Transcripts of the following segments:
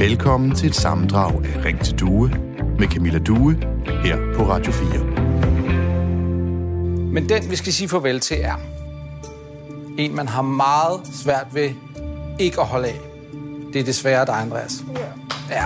Velkommen til et sammendrag af Ring til Due med Camilla Due her på Radio 4. Men den, vi skal sige farvel til, er en, man har meget svært ved ikke at holde af. Det er desværre dig, Andreas. Ja.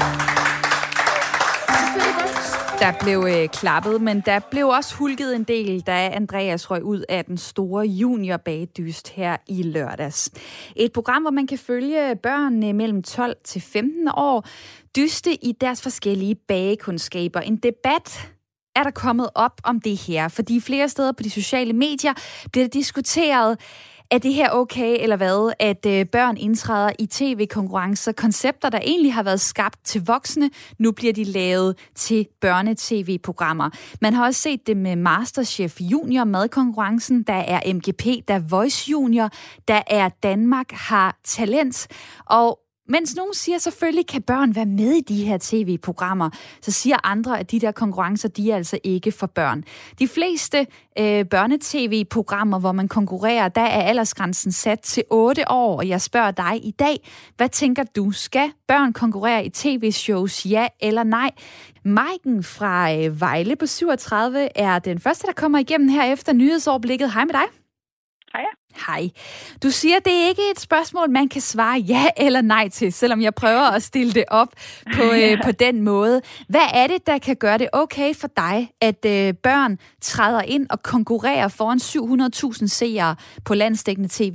Der blev klappet, men der blev også hulket en del, da Andreas røg ud af den store juniorbagedyst her i lørdags. Et program, hvor man kan følge børn mellem 12 til 15 år dyste i deres forskellige bagekundskaber. En debat er der kommet op om det her, fordi flere steder på de sociale medier bliver det diskuteret, er det her okay, eller hvad, at børn indtræder i tv-konkurrencer, koncepter, der egentlig har været skabt til voksne, nu bliver de lavet til børne-tv-programmer. Man har også set det med Masterchef Junior madkonkurrencen, der er MGP, der er Voice Junior, der er Danmark har talent, og mens nogen siger, selvfølgelig kan børn være med i de her tv-programmer, så siger andre, at de der konkurrencer, de er altså ikke for børn. De fleste børne-tv-programmer, hvor man konkurrerer, der er aldersgrænsen sat til 8 år, og jeg spørger dig i dag, hvad tænker du? Skal børn konkurrere i tv-shows, ja eller nej? Maiken fra Vejle på 37 er den første, der kommer igennem her efter nyhedsoverblikket. Hej med dig. Hej. Hej. Du siger, det er ikke et spørgsmål, man kan svare ja eller nej til, selvom jeg prøver at stille det op på den måde. Hvad er det, der kan gøre det okay for dig, at børn træder ind og konkurrerer foran 700.000 seere på landsdækkende tv?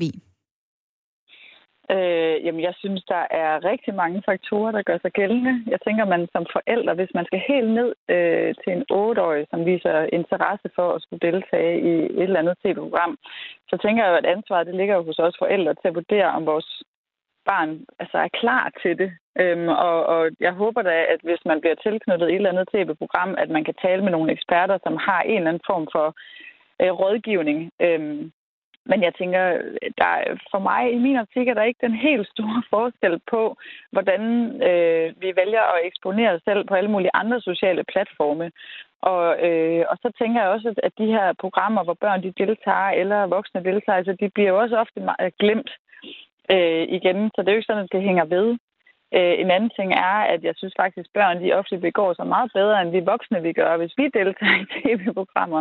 Jamen, jeg synes, der er rigtig mange faktorer, der gør sig gældende. Jeg tænker, man som forældre, hvis man skal helt ned til en 8-årig, som viser interesse for at skulle deltage i et eller andet tv-program, så tænker jeg jo, at ansvaret det ligger jo hos os forældre til at vurdere, om vores barn altså er klar til det. Og jeg håber da, at hvis man bliver tilknyttet et eller andet tv-program, at man kan tale med nogle eksperter, som har en eller anden form for rådgivning. Men jeg tænker, for mig i min optik er der ikke den helt store forskel på, hvordan vi vælger at eksponere os selv på alle mulige andre sociale platforme. Og så tænker jeg også, at de her programmer, hvor børn de deltager eller voksne deltager, så de bliver jo også ofte glemt igen. Så det er jo ikke sådan, at det hænger ved. En anden ting er, at jeg synes faktisk, at børn de ofte begår sig meget bedre, end vi voksne vi gør, hvis vi deltager i tv-programmer.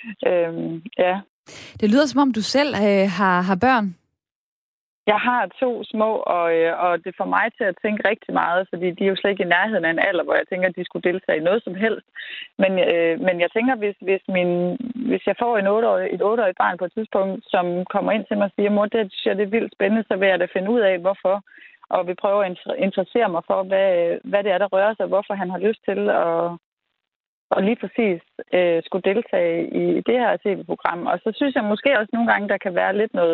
Ja. Det lyder, som om du selv har børn. Jeg har 2 små, og det får mig til at tænke rigtig meget, fordi de er jo slet ikke i nærheden af en alder, hvor jeg tænker, at de skulle deltage i noget som helst. Men jeg tænker, hvis jeg får et 8-årigt barn på et tidspunkt, som kommer ind til mig og siger, mor, det er vildt spændende, så vil jeg da finde ud af, hvorfor. Og vi prøver at interessere mig for, hvad det er, der rører sig, hvorfor han har lyst til og lige præcis skulle deltage i det her tv-program. Og så synes jeg måske også nogle gange, der kan være lidt noget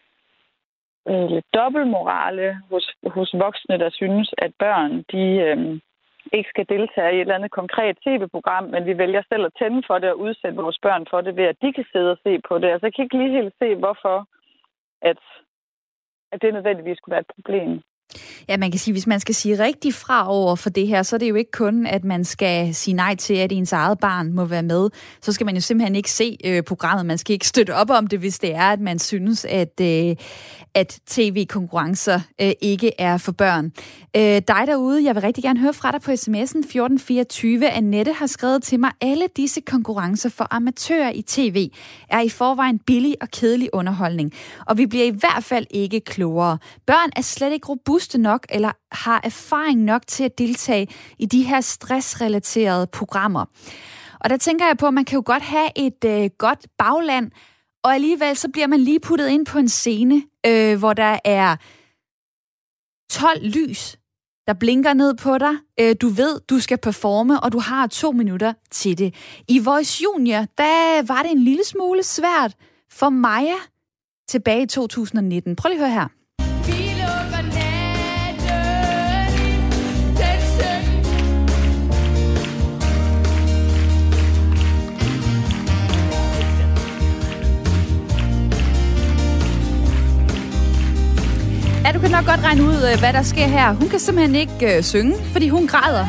lidt dobbeltmorale hos voksne, der synes, at børn de ikke skal deltage i et eller andet konkret tv-program, men vi vælger selv at tænde for det og udsætte vores børn for det ved, at de kan sidde og se på det. Altså jeg kan ikke lige helt se, hvorfor at det nødvendigvis skulle være et problem. Ja, man kan sige, hvis man skal sige rigtig fra over for det her, så er det jo ikke kun, at man skal sige nej til, at ens eget barn må være med. Så skal man jo simpelthen ikke se programmet. Man skal ikke støtte op om det, hvis det er, at man synes, at tv-konkurrencer ikke er for børn. Dig derude, jeg vil rigtig gerne høre fra dig på sms'en 1424. Annette har skrevet til mig, alle disse konkurrencer for amatører i tv er i forvejen billig og kedelig underholdning. Og vi bliver i hvert fald ikke klogere. Børn er slet ikke robuste nok eller har erfaring nok til at deltage i de her stressrelaterede programmer. Og der tænker jeg på, at man kan jo godt have et godt bagland, og alligevel så bliver man lige puttet ind på en scene, hvor der er 12 lys, der blinker ned på dig. Du ved, du skal performe, og du har 2 minutter til det. I Voice Junior, der var det en lille smule svært for Maja tilbage i 2019. Prøv lige at høre her. Ja, du kan nok godt regne ud, hvad der sker her. Hun kan simpelthen ikke synge, fordi hun græder.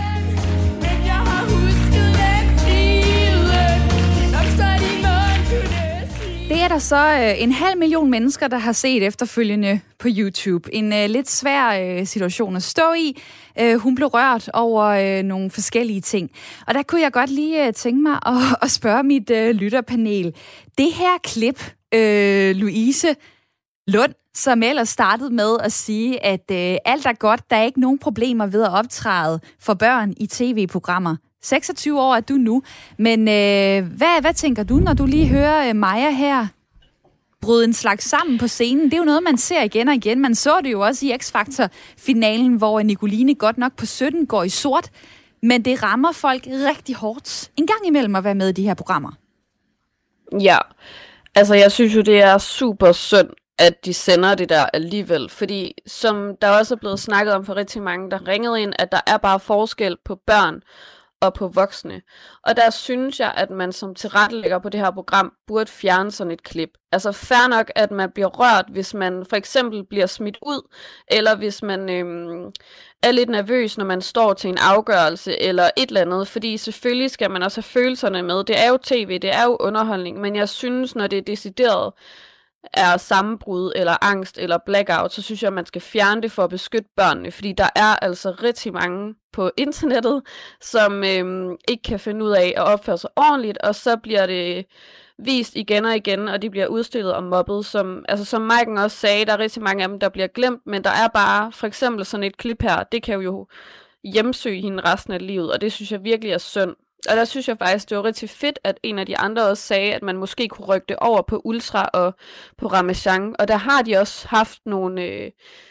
Det Det er der så 500.000 mennesker, der har set efterfølgende på YouTube. En lidt svær situation at stå i. Hun blev rørt over nogle forskellige ting. Og der kunne jeg godt lige tænke mig at spørge mit lytterpanel. Det her klip, Louise Lund, som ellers startede med at sige, at alt er godt, der er ikke nogen problemer ved at optræde for børn i tv-programmer. 26 år er du nu, men hvad tænker du, når du lige hører Maja her bryde en slags sammen på scenen? Det er jo noget, man ser igen og igen. Man så det jo også i X-Factor-finalen, hvor Nicoline godt nok på 17 går i sort, men det rammer folk rigtig hårdt en gang imellem at være med i de her programmer. Ja, altså jeg synes jo, det er super synd, at de sender det der alligevel, fordi som der også er blevet snakket om for rigtig mange, der ringede ind, at der er bare forskel på børn og på voksne. Og der synes jeg, at man som tilrettelægger på det her program burde fjerne sådan et klip. Altså fair nok, at man bliver rørt, hvis man for eksempel bliver smidt ud, eller hvis man er lidt nervøs, når man står til en afgørelse, eller et eller andet. Fordi selvfølgelig skal man også have følelserne med. Det er jo tv, det er jo underholdning, men jeg synes, når det er decideret er sammenbrud, eller angst, eller blackout, så synes jeg, at man skal fjerne det for at beskytte børnene, fordi der er altså rigtig mange på internettet, som ikke kan finde ud af at opføre sig ordentligt, og så bliver det vist igen og igen, og de bliver udstillet og mobbet, som Maiken også sagde, der er rigtig mange af dem, der bliver glemt, men der er bare for eksempel sådan et klip her, det kan jo hjemsøge hende resten af livet, og det synes jeg virkelig er synd. Og der synes jeg faktisk, det var rigtig fedt, at en af de andre også sagde, at man måske kunne rykke det over på Ultra og på Ramasjang. Og der har de også haft nogle,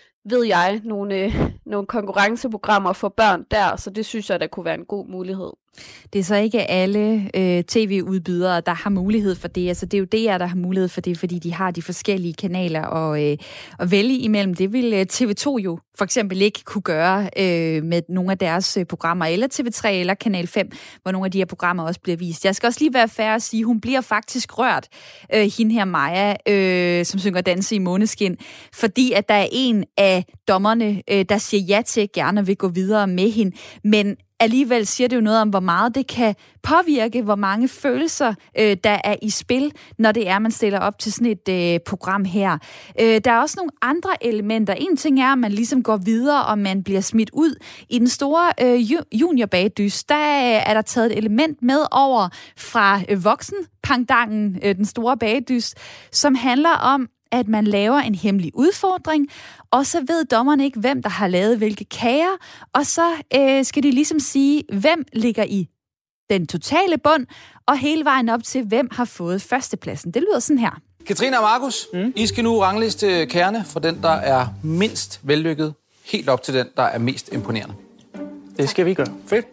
nogle konkurrenceprogrammer for børn der, så det synes jeg, der kunne være en god mulighed. Det er så ikke alle tv-udbydere, der har mulighed for det. Altså, det er jo DR, der har mulighed for det, fordi de har de forskellige kanaler at vælge imellem. Det vil TV2 jo for eksempel ikke kunne gøre med nogle af deres programmer, eller TV3 eller Kanal 5, hvor nogle af de her programmer også bliver vist. Jeg skal også lige være fair at sige, hun bliver faktisk rørt, hende her Maja, som synger Danse i Måneskin, fordi at der er en af dommerne, der siger ja til gerne vil gå videre med hende, men alligevel siger det jo noget om, hvor meget det kan påvirke, hvor mange følelser, der er i spil, når det er, man stiller op til sådan et program her. Der er også nogle andre elementer. En ting er, at man ligesom går videre, og man bliver smidt ud. I den store juniorbagdyst, der er der taget et element med over fra voksenpangdangen, den store bagdyst, som handler om, at man laver en hemmelig udfordring, og så ved dommerne ikke, hvem der har lavet hvilke kager, og så skal de ligesom sige, hvem ligger i den totale bund, og hele vejen op til, hvem har fået førstepladsen. Det lyder sådan her. Katrine og Markus, I skal nu rangliste kagerne fra den, der er mindst vellykket, helt op til den, der er mest imponerende. Det skal vi gøre. Fedt.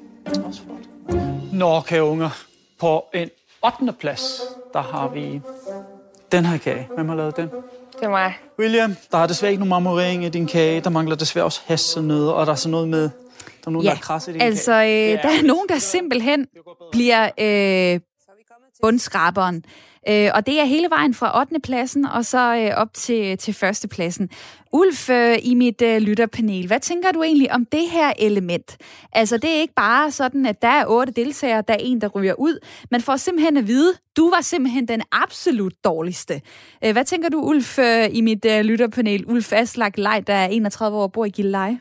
Nå, kære unger, på en 8. plads, der har vi den her kage. Hvem har lavet den? Det er mig. William, der er desværre ikke nogen marmorering i din kage. Der mangler desværre også hasselnødder, og der er sådan noget med... Der er nogen, der er krasse i din altså, kage. der er nogen, der simpelthen bliver bundskraberen. Og det er hele vejen fra 8. pladsen og så op til førstepladsen. Ulf, i mit lytterpanel, hvad tænker du egentlig om det her element? Altså, det er ikke bare sådan, at der er 8 deltagere, der er en, der ryger ud. Man får simpelthen at vide, du var simpelthen den absolut dårligste. Hvad tænker du, Ulf, i mit lytterpanel? Ulf Aslak Lej, der er 31 år og bor i Gilleleje.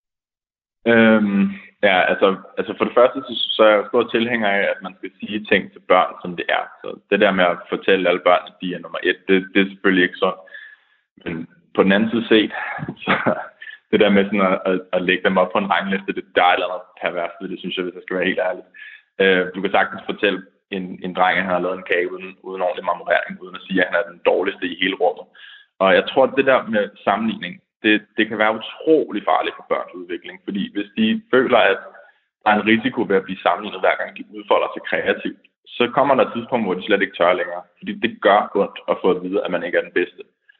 Ja, altså for det første, så er jeg stor tilhænger af, at man skal sige ting til børn, som det er. Så det der med at fortælle alle børn, at de er nummer 1, det er selvfølgelig ikke sådan. Men på den anden side set, så det der med sådan at lægge dem op på en rangliste, der er et eller andet perverst, det synes jeg, hvis jeg skal være helt ærlig. Du kan sagtens fortælle en dreng, at han har lavet en kage uden ordentlig marmorering, uden at sige, at han er den dårligste i hele rummet. Og jeg tror, at det der med sammenligning, det kan være utrolig farligt for børns udvikling, fordi hvis de føler, at der er en risiko ved at blive sammenlignet, hver gang de udfolder sig kreativt, så kommer der et tidspunkt, hvor de slet ikke tør længere. Fordi det gør ondt at få at vide, at man ikke er den bedste.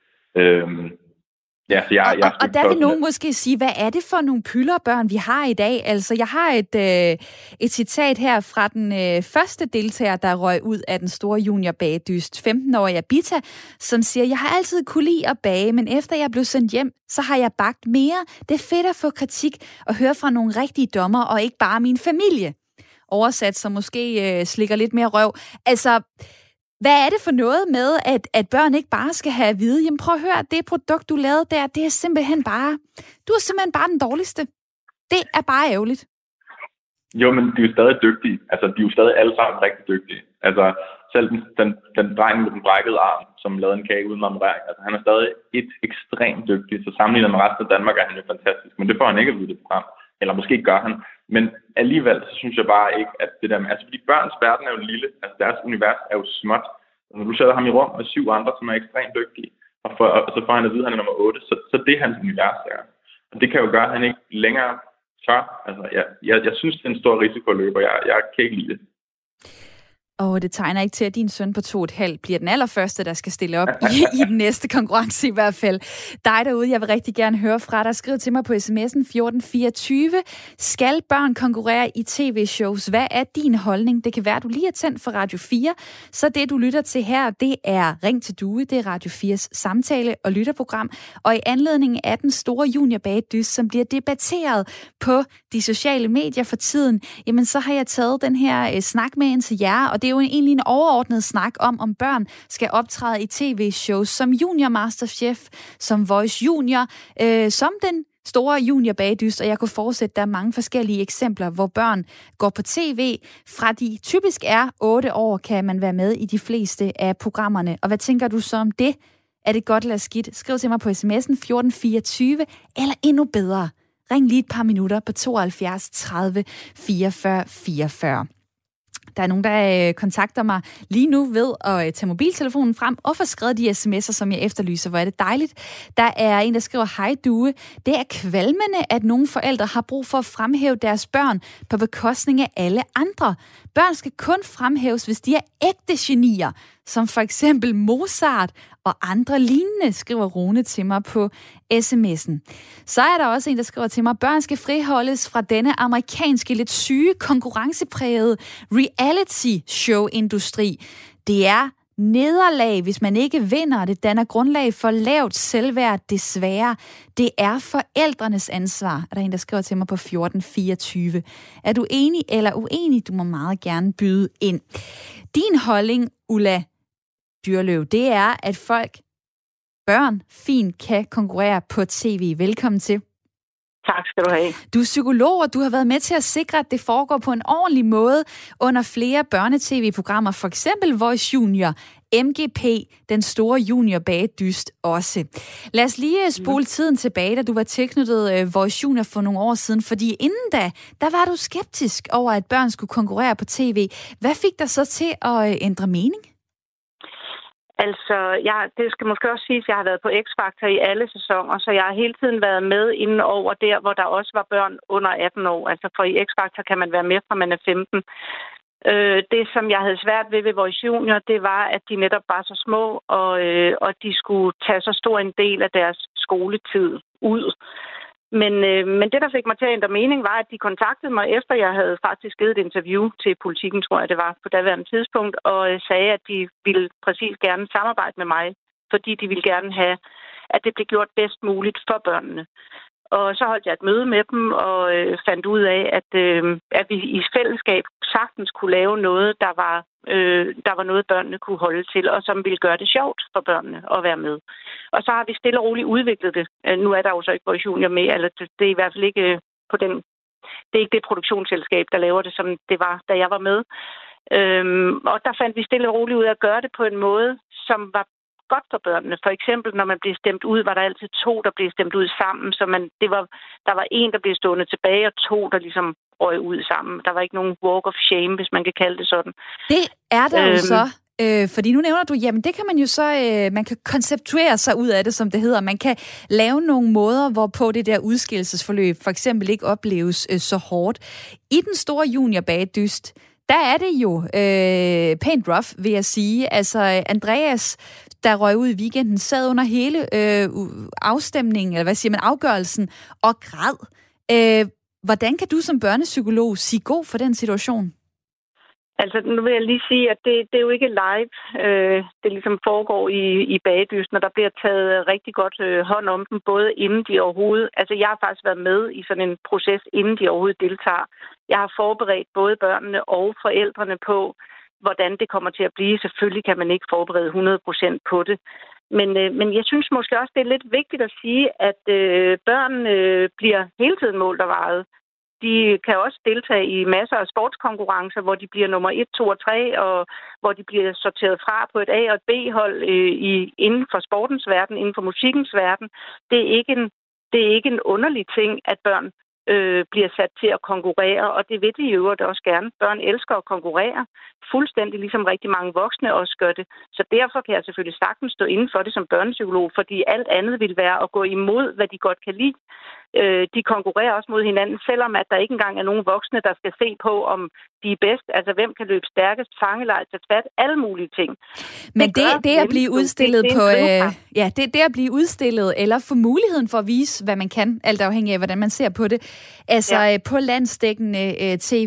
Ja, så og der vil nogen måske sige, hvad er det for nogle pylderbørn, vi har i dag? Altså, jeg har et citat her fra den første deltager, der røg ud af den store juniorbagdyst, 15-årige Abita, som siger, jeg har altid kunne lide at bage, men efter jeg blev sendt hjem, så har jeg bagt mere. Det er fedt at få kritik og høre fra nogle rigtige dommer, og ikke bare min familie. Oversat, så måske slikker lidt mere røv. Altså, Hvad er det for noget med, at børn ikke bare skal have at vide, jamen prøv at høre, det produkt, du lavede der, det er simpelthen bare, du er simpelthen bare den dårligste. Det er bare ærgerligt. Jo, men de er jo stadig dygtige. Altså, de er jo stadig alle sammen rigtig dygtige. Altså, selv den dreng med den brækkede arm, som lavede en kage uden marmorering, altså, han er stadig ekstremt dygtig. Så sammenlignet med resten af Danmark er han jo fantastisk. Men det får han ikke at vide det program. Eller måske gør han. Men alligevel, så synes jeg bare ikke, at det der med... Altså, fordi børns verden er jo lille. Altså, deres univers er jo småt. Og når du sætter ham i rum med 7 andre, som er ekstremt dygtige, og så får han at vide, at han er nummer 8, så det er hans univers der. Og det kan jo gøre, at han ikke længere tør. Altså, jeg synes, det er en stor risiko at løbe, og jeg kan ikke lide det. Og det tegner ikke til, at din søn på 2,5 bliver den allerførste, der skal stille op i den næste konkurrence i hvert fald. Dig derude, jeg vil rigtig gerne høre fra dig. Skriv til mig på sms'en 1424. Skal børn konkurrere i tv-shows? Hvad er din holdning? Det kan være, at du lige er tændt for Radio 4. Så det, du lytter til her, det er Ring til Due. Det er Radio 4's samtale- og lytterprogram. Og i anledning af den store juniorbagedyst, som bliver debatteret på de sociale medier for tiden, jamen så har jeg taget den her snak med ind til jer, og det er jo egentlig en overordnet snak om børn skal optræde i tv-shows som Junior Masterchef, som Voice Junior, som den store juniorbagedyst, og jeg kunne fortsætte, der er mange forskellige eksempler, hvor børn går på tv. Fra de typisk er 8 år, kan man være med i de fleste af programmerne. Og hvad tænker du så om det? Er det godt eller skidt? Skriv til mig på sms'en 1424, eller endnu bedre. Ring lige et par minutter på 72 30 44 44. Der er nogen, der kontakter mig lige nu ved at tage mobiltelefonen frem og få skrevet de sms'er, som jeg efterlyser. Hvor er det dejligt. Der er en, der skriver, hej Due. Det er kvalmende, at nogle forældre har brug for at fremhæve deres børn på bekostning af alle andre. Børn skal kun fremhæves, hvis de er ægte genier, som for eksempel Mozart og andre lignende, skriver Rune til mig på sms'en. Så er der også en, der skriver til mig, at børn skal friholdes fra denne amerikanske, lidt syge, konkurrenceprægede reality-show-industri. Det er nederlag, hvis man ikke vinder. Det danner grundlag for lavt selvværd, desværre. Det er forældrenes ansvar, er der en, der skriver til mig på 1424. Er du enig eller uenig? Du må meget gerne byde ind. Din holdning, Ulla Dyrløv, det er, at børn fint kan konkurrere på tv. Velkommen til. Tak skal du have. Du er psykolog, og du har været med til at sikre, at det foregår på en ordentlig måde under flere børnetv-programmer, for eksempel Voice Junior, MGP, den store juniorbagedyst også. Lad os lige spole tiden tilbage, da du var tilknyttet Voice Junior for nogle år siden, fordi inden da var du skeptisk over, at børn skulle konkurrere på tv. Hvad fik dig så til at ændre mening? Altså, det skal måske også siges, at jeg har været på X-Factor i alle sæsoner, så jeg har hele tiden været med inden over der, hvor der også var børn under 18 år. Altså, for i X-Factor kan man være med, fra man er 15. Det, som jeg havde svært ved Voice Junior, det var, at de netop var så små, og de skulle tage så stor en del af deres skoletid ud. Men det, der fik mig til at ændre mening, var, at de kontaktede mig, efter jeg havde faktisk givet et interview til Politikken, tror jeg det var, på daværende tidspunkt, og sagde, at de ville præcis gerne samarbejde med mig, fordi de ville gerne have, at det blev gjort bedst muligt for børnene. Og så holdt jeg et møde med dem og fandt ud af, at vi i fællesskab sagtens kunne lave noget, der var noget, børnene kunne holde til, og som ville gøre det sjovt for børnene at være med. Og så har vi stille og roligt udviklet det. Nu er der jo så ikke Voice Junior med, eller det er i hvert fald ikke på den. Det er ikke det produktionsselskab, der laver det, som det var, da jeg var med. Og der fandt vi stille og roligt ud af at gøre det på en måde, som var godt for børnene. For eksempel, når man blev stemt ud, var der altid 2, der blev stemt ud sammen. Så der var en, der blev stående tilbage, og 2, der ligesom røg ud sammen. Der var ikke nogen walk of shame, hvis man kan kalde det sådan. Det er der jo så. Fordi nu nævner du, jamen det kan man jo så, man kan konceptuere sig ud af det, som det hedder. Man kan lave nogle måder, hvorpå det der udskillelsesforløb for eksempel ikke opleves så hårdt. I den store juniorbagedyst, der er det jo pænt rough, vil jeg sige. Altså Andreas, der røg ud i weekenden, sad under hele afstemningen, eller hvad siger man, afgørelsen, og græd. Hvordan kan du som børnepsykolog sige god for den situation? Altså, nu vil jeg lige sige, at det er jo ikke live. Det ligesom foregår i bagedysten, og der bliver taget rigtig godt hånd om dem, både inden de overhovedet... Altså, jeg har faktisk været med i sådan en proces, inden de overhovedet deltager. Jeg har forberedt både børnene og forældrene på, hvordan det kommer til at blive. Selvfølgelig kan man ikke forberede 100% på det. Men jeg synes måske også, det er lidt vigtigt at sige, at børn bliver hele tiden målt og vejet. De kan også deltage i masser af sportskonkurrencer, hvor de bliver nummer 1, 2 og 3, og hvor de bliver sorteret fra på et A- og et B-hold inden for sportens verden, inden for musikkens verden. Det er ikke en underlig ting, at børn bliver sat til at konkurrere, og det vil de i øvrigt også gerne. Børn elsker at konkurrere, fuldstændig ligesom rigtig mange voksne også gør det. Så derfor kan jeg selvfølgelig sagtens stå inden for det som børnepsykolog, fordi alt andet vil være at gå imod, hvad de godt kan lide. De konkurrerer også mod hinanden, selvom at der ikke engang er nogen voksne, der skal se på, om de er bedst. Altså, hvem kan løbe stærkest, fangelej, tage fat, alle mulige ting. Men det at blive udstillet det at blive udstillet, eller få muligheden for at vise, hvad man kan, alt afhængig af, hvordan man ser på det, altså på landsdækkende tv,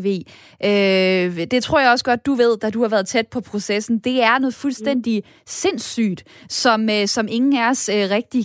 det tror jeg også godt, du ved, da du har været tæt på processen, det er noget fuldstændig sindssygt, som ingen af os rigtig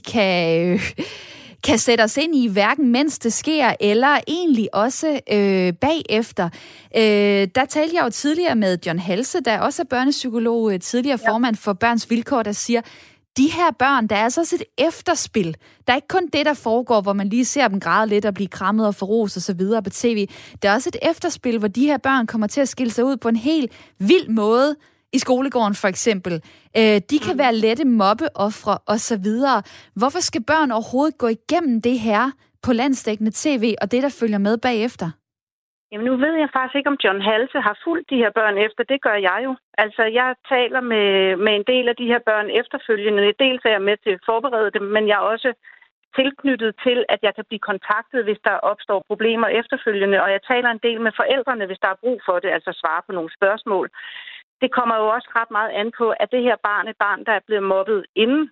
kan sætte os ind i, hverken mens det sker, eller egentlig også bagefter. Der talte jeg jo tidligere med John Halse, der også er børnepsykolog, tidligere formand for Børns Vilkår, der siger, de her børn, der er altså også et efterspil. Der er ikke kun det, der foregår, hvor man lige ser dem græde lidt og blive krammet og forrost og så videre på tv. Der er også et efterspil, hvor de her børn kommer til at skille sig ud på en helt vild måde, i skolegården for eksempel. De kan være lette mobbeofre og så videre. Hvorfor skal børn overhovedet gå igennem det her på landsdækkende tv, og det, der følger med bagefter? Jamen nu ved jeg faktisk ikke, om John Halse har fulgt de her børn efter. Det gør jeg jo. Altså, jeg taler med en del af de her børn efterfølgende. Dels er jeg med til at forberede dem, men jeg er også tilknyttet til, at jeg kan blive kontaktet, hvis der opstår problemer efterfølgende. Og jeg taler en del med forældrene, hvis der er brug for det, altså svare på nogle spørgsmål. Det kommer jo også ret meget an på, at det her barn er et barn, der er blevet mobbet inden.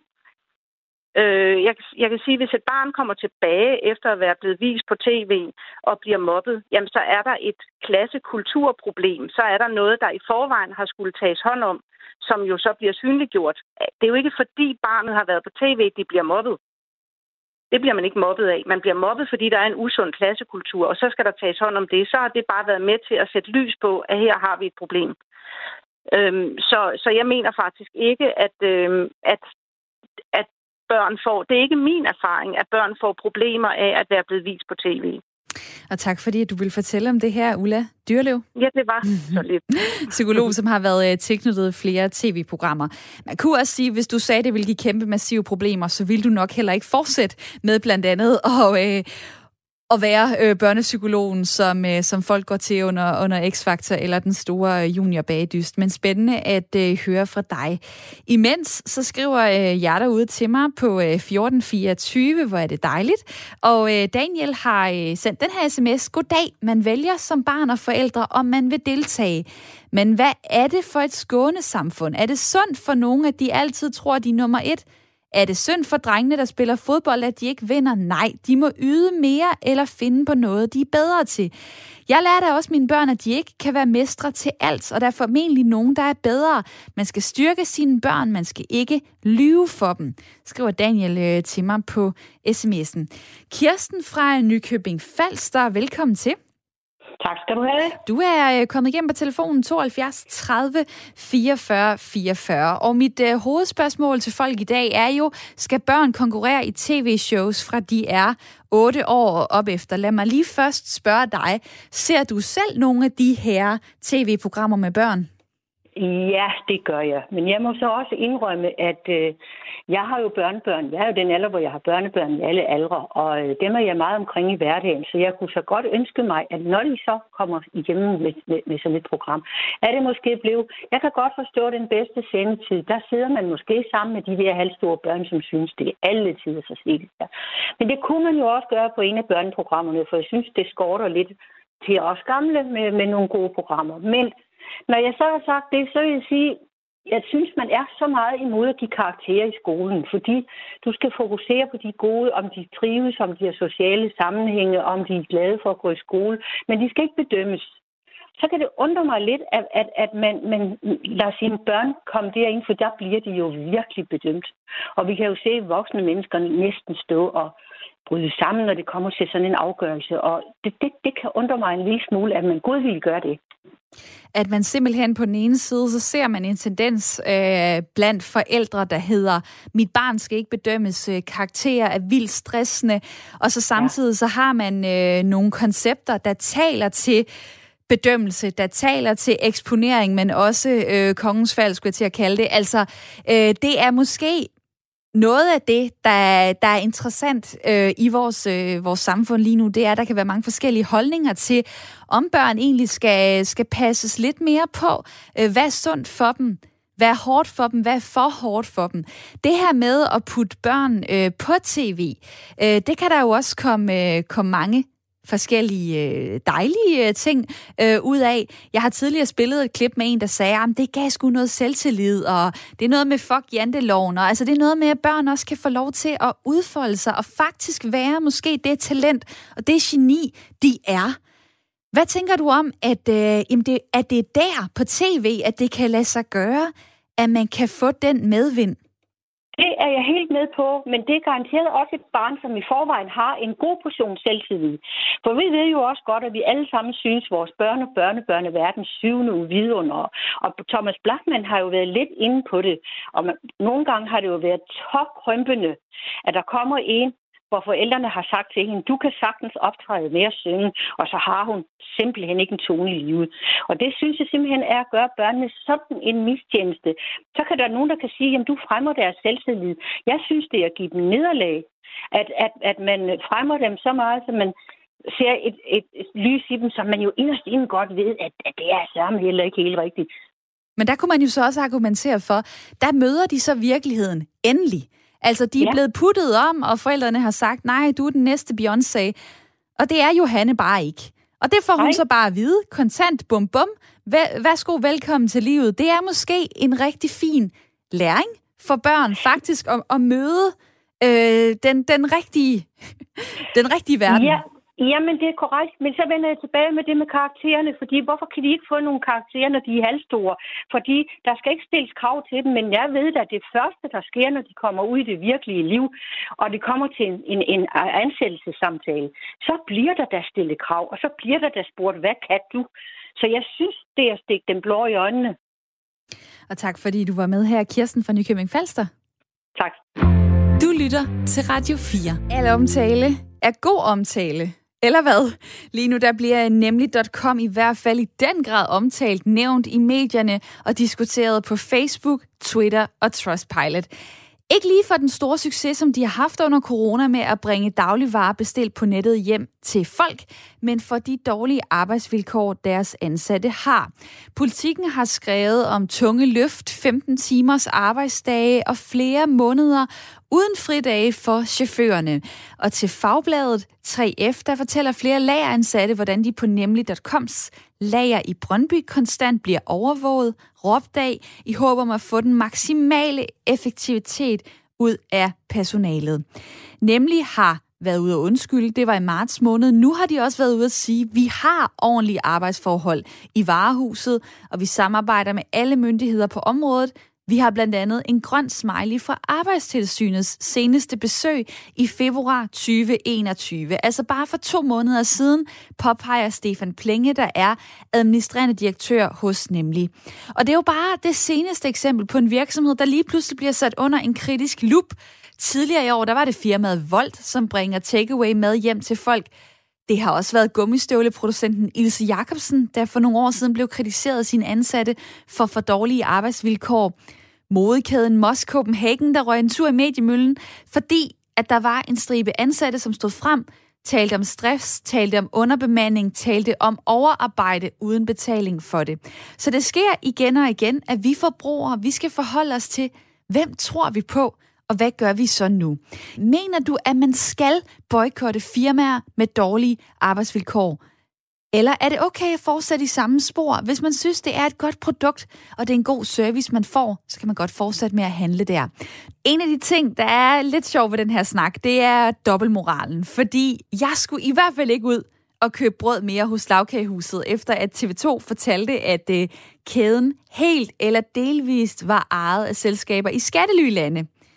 Jeg kan sige, at hvis et barn kommer tilbage efter at være blevet vist på tv og bliver mobbet, jamen så er der et klassekulturproblem. Så er der noget, der i forvejen har skulle tages hånd om, som jo så bliver synliggjort. Det er jo ikke fordi barnet har været på tv, de bliver mobbet. Det bliver man ikke mobbet af. Man bliver mobbet, fordi der er en usund klassekultur, og så skal der tages hånd om det. Så har det bare været med til at sætte lys på, at her har vi et problem. Så jeg mener faktisk ikke, at børn får... Det er ikke min erfaring, at børn får problemer af at være blevet vist på tv. Og tak fordi, at du vil fortælle om det her, Ulla Dyrlev. Ja, det var så lidt. Psykolog, som har været tilknyttet flere tv-programmer. Man kunne også sige, hvis du sagde, at det ville give kæmpe massive problemer, så ville du nok heller ikke fortsætte med blandt andet at være børnepsykologen, som folk går til under X-Factor eller den store juniorbagedyst. Men spændende at høre fra dig. Imens så skriver jeg derude til mig på 1424, hvor er det dejligt. Og Daniel har sendt den her sms. Goddag, man vælger som barn og forældre, om man vil deltage. Men hvad er det for et skånesamfund? Er det sundt for nogen, at de altid tror, at de er nummer 1? Er det synd for drengene, der spiller fodbold, at de ikke vinder? Nej, de må yde mere eller finde på noget, de er bedre til. Jeg lærer da også mine børn, at de ikke kan være mestre til alt, og der er formentlig nogen, der er bedre. Man skal styrke sine børn, man skal ikke lyve for dem, skriver Daniel til mig på sms'en. Kirsten fra Nykøbing Falster, velkommen til. Tak skal du have. Du er kommet igennem på telefonen 72 30 44 44. Og mit hovedspørgsmål til folk i dag er jo, skal børn konkurrere i tv-shows fra de er 8 år og op efter? Lad mig lige først spørge dig. Ser du selv nogle af de her tv-programmer med børn? Ja, det gør jeg. Men jeg må så også indrømme, at jeg har jo børnebørn. Jeg er jo den alder, hvor jeg har børnebørn i alle aldre, og dem er jeg meget omkring i hverdagen. Så jeg kunne så godt ønske mig, at når de så kommer igennem med sådan et program, er det måske blevet... Jeg kan godt forstå den bedste sendetid. Der sidder man måske sammen med de der halvstore børn, som synes, det er alle tider så set. Men det kunne man jo også gøre på en af børneprogrammerne, for jeg synes, det skorter lidt til os gamle med nogle gode programmer. Men når jeg så har sagt det, så vil jeg sige, jeg synes, man er så meget imod at give karakterer i skolen, fordi du skal fokusere på de gode, om de trives, om de har sociale sammenhænge, om de er glade for at gå i skole, men de skal ikke bedømmes. Så kan det undre mig lidt, at man lader sine børn komme derind, for der bliver de jo virkelig bedømt. Og vi kan jo se voksne mennesker næsten stå og bryde sammen, når det kommer til sådan en afgørelse, og det kan undre mig en lille smule, at man godvilligt gør det. At man simpelthen på den ene side, så ser man en tendens blandt forældre, der hedder, mit barn skal ikke bedømmes, karakterer er vildt stressende, og så samtidig så har man nogle koncepter, der taler til bedømmelse, der taler til eksponering, men også kongens fald, skulle jeg til at kalde det. Altså, det er måske noget af det, der er interessant i vores samfund lige nu, det er, at der kan være mange forskellige holdninger til, om børn egentlig skal passes lidt mere på. Hvad er sundt for dem? Hvad er hårdt for dem? Hvad er for hårdt for dem? Det her med at putte børn på tv, det kan der jo også komme mange forskellige dejlige ting ud af. Jeg har tidligere spillet et klip med en, der sagde, at det gav sgu noget selvtillid, og det er noget med fuck janteloven, og altså det er noget med, at børn også kan få lov til at udfolde sig, og faktisk være måske det talent, og det geni, de er. Hvad tænker du om, at det er der på tv, at det kan lade sig gøre, at man kan få den medvind? Det er jeg helt med på, men det er garanteret også et barn, som i forvejen har en god portion selvtillid. For vi ved jo også godt, at vi alle sammen synes, at vores børnebørn er verdens 7. vidunder. Og Thomas Blachman har jo været lidt inde på det. Og nogle gange har det jo været toprømpende, at der kommer en, hvor forældrene har sagt til hende, du kan sagtens optræde med at synge, og så har hun simpelthen ikke en tone i livet. Og det synes jeg simpelthen er at gøre børnene sådan en mistjeneste. Så kan der nogen, der kan sige, at du fremmer deres selvtillid. Jeg synes, det er at give dem nederlag. At man fremmer dem så meget, så man ser et lys i dem, som man jo inderst inden godt ved, at det er sammen heller ikke helt rigtigt. Men der kunne man jo så også argumentere for, der møder de så virkeligheden endelig. Altså, de er blevet puttet om, og forældrene har sagt, nej, du er den næste Beyoncé. Og det er Johanne bare ikke. Og det får hun så bare at vide. Kontant, bum bum. Værsgo, velkommen til livet. Det er måske en rigtig fin læring for børn, faktisk, at møde den rigtige verden. Ja. Jamen, det er korrekt. Men så vender jeg tilbage med det med karaktererne, fordi hvorfor kan de ikke få nogle karakterer, når de er halvstore? Fordi der skal ikke stilles krav til dem, men jeg ved at det første, der sker, når de kommer ud i det virkelige liv, og det kommer til en ansættelsessamtale, så bliver der stillet krav, og så bliver der spurgt, hvad kan du? Så jeg synes, det er at stikke dem blå i øjnene. Og tak, fordi du var med her, Kirsten fra Nykøbing Falster. Tak. Du lytter til Radio 4. Al omtale er god omtale. Eller hvad? Lige nu der bliver nemlig.com i hvert fald i den grad omtalt, nævnt i medierne og diskuteret på Facebook, Twitter og Trustpilot. Ikke lige for den store succes, som de har haft under corona med at bringe dagligvarer bestilt på nettet hjem til folk, men for de dårlige arbejdsvilkår, deres ansatte har. Politikken har skrevet om tunge løft, 15 timers arbejdsdage og flere måneder uden fridage for chaufførerne. Og til Fagbladet 3F, der fortæller flere lageransatte, hvordan de på nemlig.coms lager i Brøndby konstant bliver overvåget, råbt af, i håb om at få den maksimale effektivitet ud af personalet. Nemlig har været ude at undskylde, det var i marts måned. Nu har de også været ude at sige, at vi har ordentlige arbejdsforhold i varehuset, og vi samarbejder med alle myndigheder på området. Vi har blandt andet en grøn smiley fra Arbejdstilsynets seneste besøg i februar 2021. Altså bare for 2 måneder siden, påpeger Stefan Plenge, der er administrerende direktør hos Nemlig. Og det er jo bare det seneste eksempel på en virksomhed, der lige pludselig bliver sat under en kritisk lup. Tidligere i år, der var det firmaet Volt, som bringer takeaway mad hjem til folk. Det har også været gummistøvleproducenten Ilse Jacobsen, der for nogle år siden blev kritiseret af sine ansatte for dårlige arbejdsvilkår. Modekæden Moss Copenhagen, der røg en tur i mediemøllen, fordi at der var en stribe ansatte, som stod frem, talte om stress, talte om underbemanding, talte om overarbejde uden betaling for det. Så det sker igen og igen, at vi forbrugere, vi skal forholde os til, hvem tror vi på, og hvad gør vi så nu? Mener du, at man skal boykotte firmaer med dårlige arbejdsvilkår? Eller er det okay at fortsætte i samme spor? Hvis man synes, det er et godt produkt, og det er en god service, man får, så kan man godt fortsætte med at handle der. En af de ting, der er lidt sjov ved den her snak, det er dobbeltmoralen. Fordi jeg skulle i hvert fald ikke ud og købe brød mere hos Slagkagehuset, efter at TV2 fortalte, at kæden helt eller delvist var ejet af selskaber i skattelylande.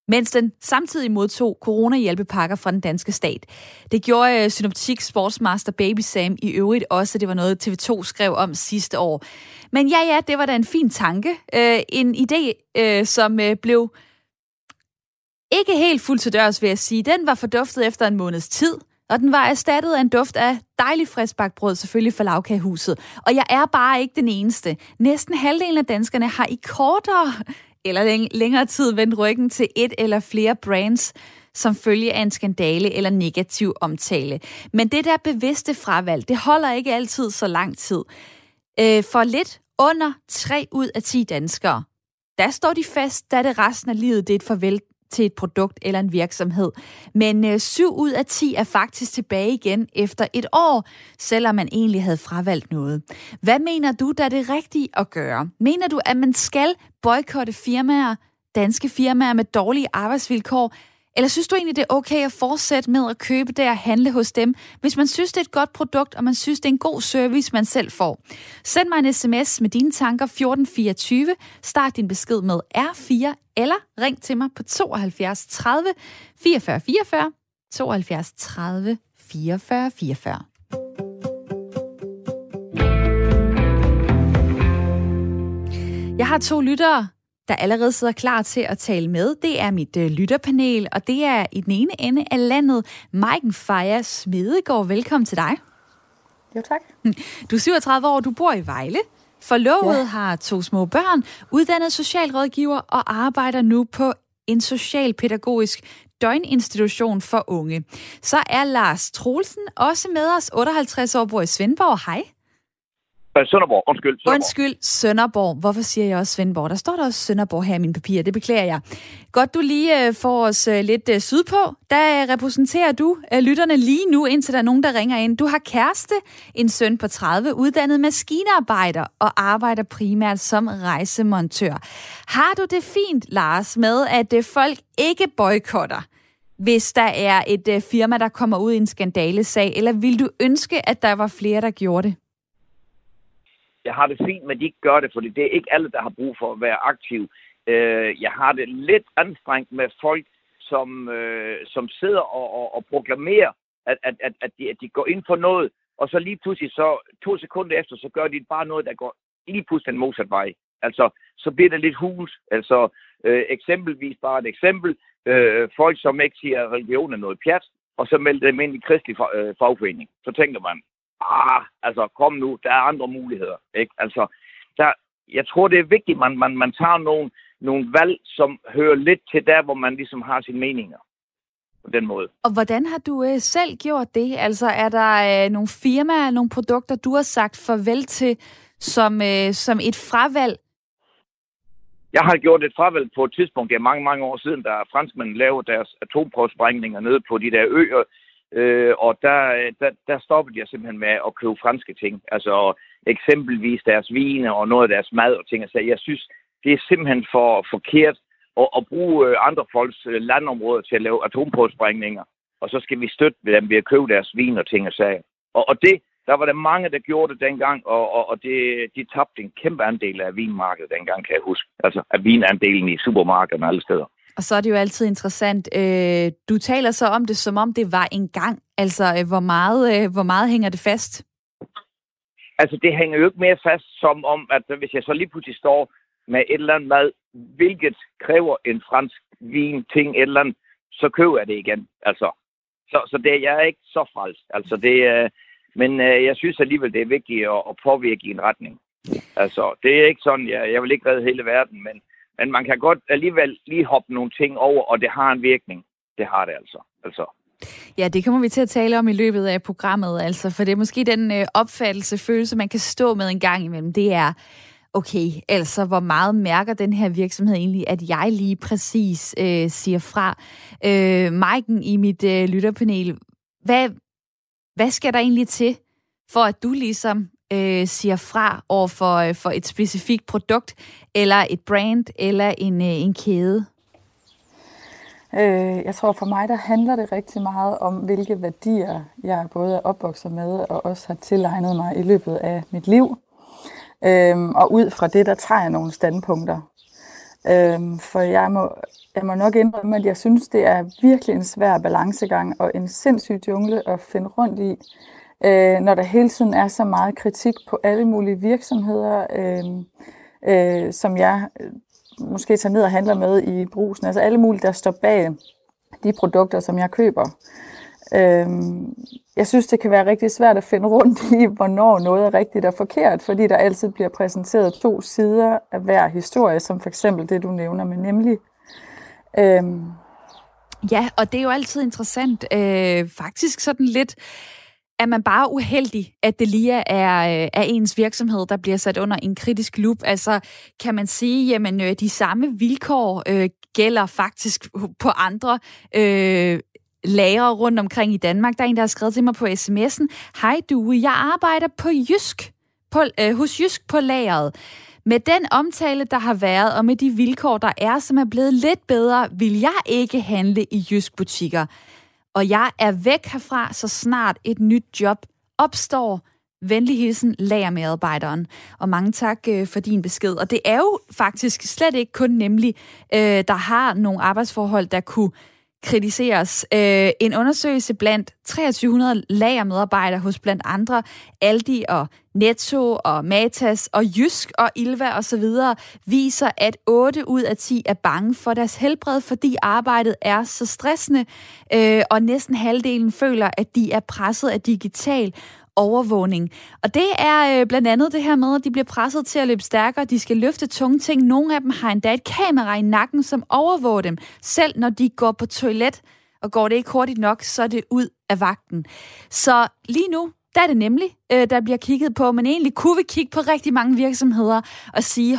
mens den samtidig modtog coronahjælpepakker fra den danske stat. Det gjorde Synoptik sportsmaster Baby Sam i øvrigt også. Det var noget, TV2 skrev om sidste år. Men ja, det var da en fin tanke. En idé, som blev ikke helt fuldt til dørs, vil jeg sige. Den var forduftet efter en måneds tid, og den var erstattet af en duft af dejlig friskbagt brød, selvfølgelig for Lagkagehuset. Og jeg er bare ikke den eneste. Næsten halvdelen af danskerne har i kortere eller længere tid vendt ryggen til et eller flere brands, som følge af en skandale eller negativ omtale. Men det der bevidste fravalg, det holder ikke altid så lang tid. For lidt under 3 ud af 10 danskere, der står de fast, da det resten af livet det er et farvel til et produkt eller en virksomhed. Men 7 ud af 10 er faktisk tilbage igen efter et år, selvom man egentlig havde fravalgt noget. Hvad mener du, der er det rigtige at gøre? Mener du, at man skal boykotte firmaer, danske firmaer med dårlige arbejdsvilkår? Eller synes du egentlig, det er okay at fortsætte med at købe der og handle hos dem, hvis man synes, det er et godt produkt, og man synes, det er en god service, man selv får? Send mig en sms med dine tanker 1424. Start din besked med R4, eller ring til mig på 72 30 44 44, 72 30 44 44. Jeg har 2 lyttere, der allerede sidder klar til at tale med. Det er mit lytterpanel, og det er i den ene ende af landet Maiken Freja Smedegaard. Velkommen til dig. Jo, tak. Du er 37 år, du bor i Vejle. Forlovet, har 2 små børn, uddannet socialrådgiver og arbejder nu på en socialpædagogisk døgninstitution for unge. Så er Lars Troelsen også med os, 58 år, bor i Svendborg. Hej. Sønderborg, Sønderborg. Undskyld, Sønderborg. Hvorfor siger jeg også Svendborg? Der står der også Sønderborg her i mine papirer, det beklager jeg. Godt, du lige får os lidt sydpå. Der repræsenterer du lytterne lige nu, indtil der er nogen, der ringer ind. Du har kæreste, en søn på 30, uddannet maskinarbejder og arbejder primært som rejsemontør. Har du det fint, Lars, med at folk ikke boykotter, hvis der er et firma, der kommer ud i en skandalesag, eller vil du ønske, at der var flere, der gjorde det? Jeg har det fint, men de ikke gør det, fordi det er ikke alle, der har brug for at være aktiv. Jeg har det lidt anstrengt med folk, som sidder og proklamerer, at de går ind for noget, og så lige pludselig, så 2 sekunder efter, så gør de bare noget, der går lige pludselig den modsatte vej. Altså, så bliver det lidt hus. Altså, eksempelvis bare et eksempel. Folk, som ikke siger, at religion er noget pjat, og så melder dem ind i kristelig fagforening. Så tænker man, altså kom nu, der er andre muligheder, ikke? Altså, jeg tror, det er vigtigt, man tager nogle valg, som hører lidt til der, hvor man ligesom har sine meninger på den måde. Og hvordan har du selv gjort det? Altså, er der nogle firmaer, nogle produkter, du har sagt farvel til, som et fravalg? Jeg har gjort et fravalg på et tidspunkt, det er mange, mange år siden, da franskmændene lavede deres atomprøvesprængninger nede på de der øer, og der stoppede jeg simpelthen med at købe franske ting. Altså eksempelvis deres vine og noget af deres mad og ting. Så jeg synes, det er simpelthen for forkert at bruge andre folks landområder til at lave atomprøvesprængninger. Og så skal vi støtte dem ved at købe deres vin og ting og sager. Og det, der var der mange, der gjorde det dengang, og de tabte en kæmpe andel af vinmarkedet dengang, kan jeg huske. Altså af vinandelen i supermarkederne alle steder. Og så er det jo altid interessant. Du taler så om det, som om det var en gang. Altså, hvor meget hænger det fast? Altså, det hænger jo ikke mere fast, som om, at hvis jeg så lige pludselig står med et eller andet mad, hvilket kræver en fransk vin, ting, et eller andet, så køber jeg det igen. Altså, så det jeg er ikke så frelst. Altså, men jeg synes alligevel, det er vigtigt at påvirke i en retning. Altså, det er ikke sådan, jeg vil ikke redde hele verden, men man kan godt alligevel lige hoppe nogle ting over, og det har en virkning. Det har det altså. Ja, det kommer vi til at tale om i løbet af programmet, altså, for det er måske den følelse, man kan stå med en gang imellem. Det er, okay, altså, hvor meget mærker den her virksomhed egentlig, at jeg lige præcis siger fra. Maiken i mit lytterpanel, hvad skal der egentlig til, for at du ligesom siger fra over for et specifikt produkt, eller et brand, eller en kæde? Jeg tror for mig, der handler det rigtig meget om, hvilke værdier jeg både er opvokset med, og også har tilegnet mig i løbet af mit liv. Og ud fra det, der tager jeg nogle standpunkter. For jeg må nok indrømme, at jeg synes, det er virkelig en svær balancegang og en sindssyg jungle at finde rundt i, når der hele tiden er så meget kritik på alle mulige virksomheder, som jeg måske tager ned og handler med i Brugsen. Altså alle mulige, der står bag de produkter, som jeg køber. Jeg synes, det kan være rigtig svært at finde rundt i, hvornår noget er rigtigt og forkert, fordi der altid bliver præsenteret 2 sider af hver historie, som for eksempel det, du nævner med nemlig. Ja, og det er jo altid interessant. Faktisk sådan lidt, er man bare uheldig, at det lige er ens virksomhed, der bliver sat under en kritisk lup. Altså, kan man sige, jamen de samme vilkår gælder faktisk på andre lagre rundt omkring i Danmark. Der er en, der har skrevet til mig på sms'en: Hej Due, jeg arbejder på hos Jysk på lageret. Med den omtale, der har været, og med de vilkår, der er, som er blevet lidt bedre, vil jeg ikke handle i Jysk butikker. Og jeg er væk herfra, så snart et nyt job opstår. Venlig hilsen, lagermedarbejderen. Og mange tak for din besked. Og det er jo faktisk slet ikke kun nemlig, der har nogle arbejdsforhold, der kunne kritiseres. En undersøgelse blandt 2300 lagermedarbejdere hos blandt andre Aldi og Netto og Matas og Jysk og Ilva og så videre viser, at 8 ud af 10 er bange for deres helbred, fordi arbejdet er så stressende, og næsten halvdelen føler, at de er presset af digital overvågning. Og det er blandt andet det her med, at de bliver presset til at løbe stærkere, de skal løfte tunge ting. Nogle af dem har endda et kamera i nakken, som overvåger dem, selv når de går på toilet, og går det ikke hurtigt nok, så er det ud af vagten. Så lige nu, der er det nemlig, der bliver kigget på, men egentlig kunne vi kigge på rigtig mange virksomheder og sige,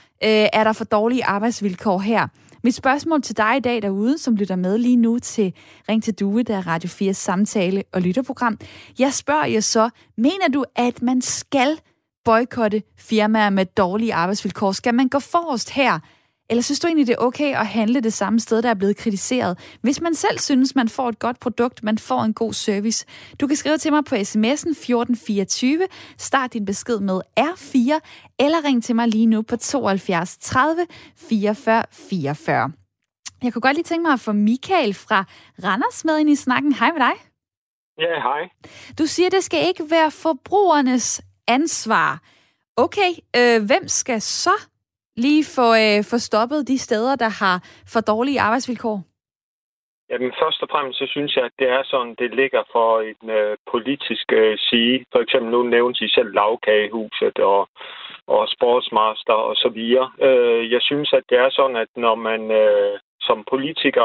er der for dårlige arbejdsvilkår her? Mit spørgsmål til dig i dag derude, som lytter med lige nu til Ring til Due, der er Radio 4's samtale- og lytterprogram. Jeg spørger jer så, mener du, at man skal boykotte firmaer med dårlige arbejdsvilkår? Skal man gå forrest her? Eller synes du egentlig, det er okay at handle det samme sted, der er blevet kritiseret? Hvis man selv synes, man får et godt produkt, man får en god service. Du kan skrive til mig på sms'en 1424, start din besked med R4, eller ring til mig lige nu på 72 30 44 44. Jeg kunne godt lige tænke mig at få Michael fra Randers med ind i snakken. Hej med dig. Ja, hej. Du siger, det skal ikke være forbrugernes ansvar. Okay, hvem skal så lige få stoppet de steder, der har for dårlige arbejdsvilkår? Jamen, først og fremmest så synes jeg, at det er sådan, det ligger for en politisk side. For eksempel nu nævnes I selv Lagkagehuset og Sportsmaster og så videre. Jeg synes, at det er sådan, at når man som politiker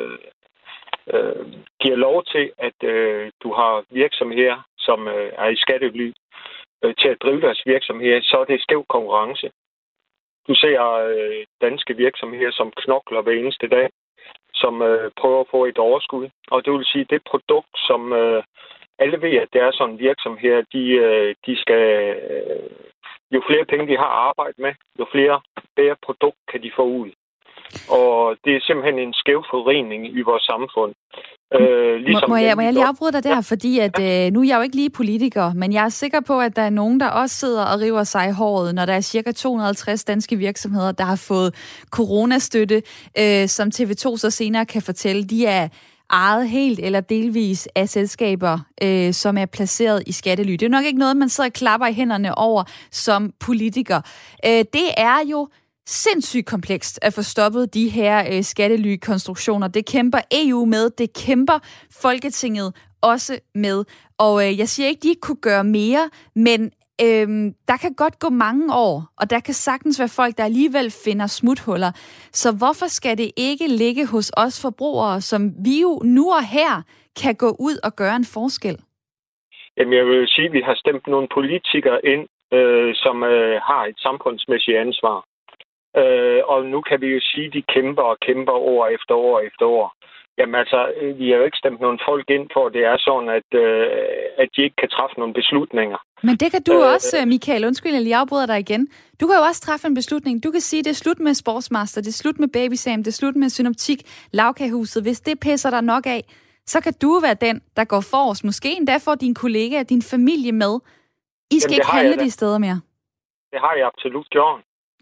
giver lov til, at du har virksomheder, som er i skattely, til at drive deres virksomheder, så er det skæv konkurrence. Du ser danske virksomheder, som knokler hver eneste dag, som prøver at få et overskud. Og det vil sige, det produkt, som alle ved, at det er sådan en virksomhed, de skal, jo flere penge de har at arbejde med, jo flere bedre produkt kan de få ud. Og det er simpelthen en skæv forringning i vores samfund. Må jeg lige afbryde dig der, fordi at, nu er jeg jo ikke lige politiker, men jeg er sikker på, at der er nogen, der også sidder og river sig i håret, når der er cirka 250 danske virksomheder, der har fået coronastøtte, som TV2 så senere kan fortælle, de er ejet helt eller delvis af selskaber, som er placeret i skattely. Det er nok ikke noget, man sidder og klapper i hænderne over som politiker. Det er jo sindssygt komplekst at få stoppet de her skattely-konstruktioner. Det kæmper EU med, det kæmper Folketinget også med. Og jeg siger ikke, de ikke kunne gøre mere, men der kan godt gå mange år, og der kan sagtens være folk, der alligevel finder smuthuller. Så hvorfor skal det ikke ligge hos os forbrugere, som vi jo nu og her kan gå ud og gøre en forskel? Jamen, jeg vil sige, at vi har stemt nogle politikere ind, som har et samfundsmæssigt ansvar. Og nu kan vi jo sige, at de kæmper år efter år efter år. Jamen altså, vi har jo ikke stemt nogle folk ind for, at det er sådan, at de ikke kan træffe nogle beslutninger. Men det kan du også, Michael. Undskyld, jeg lige afbryder dig igen. Du kan jo også træffe en beslutning. Du kan sige, at det er slut med Sportsmaster, det er slut med Baby Sam, det er slut med Synoptik, Lagkagehuset. Hvis det pisser dig nok af, så kan du være den, der går forrest. Måske endda får din kollega og din familie med. I skal ikke handle de steder mere. Det har jeg absolut gjort.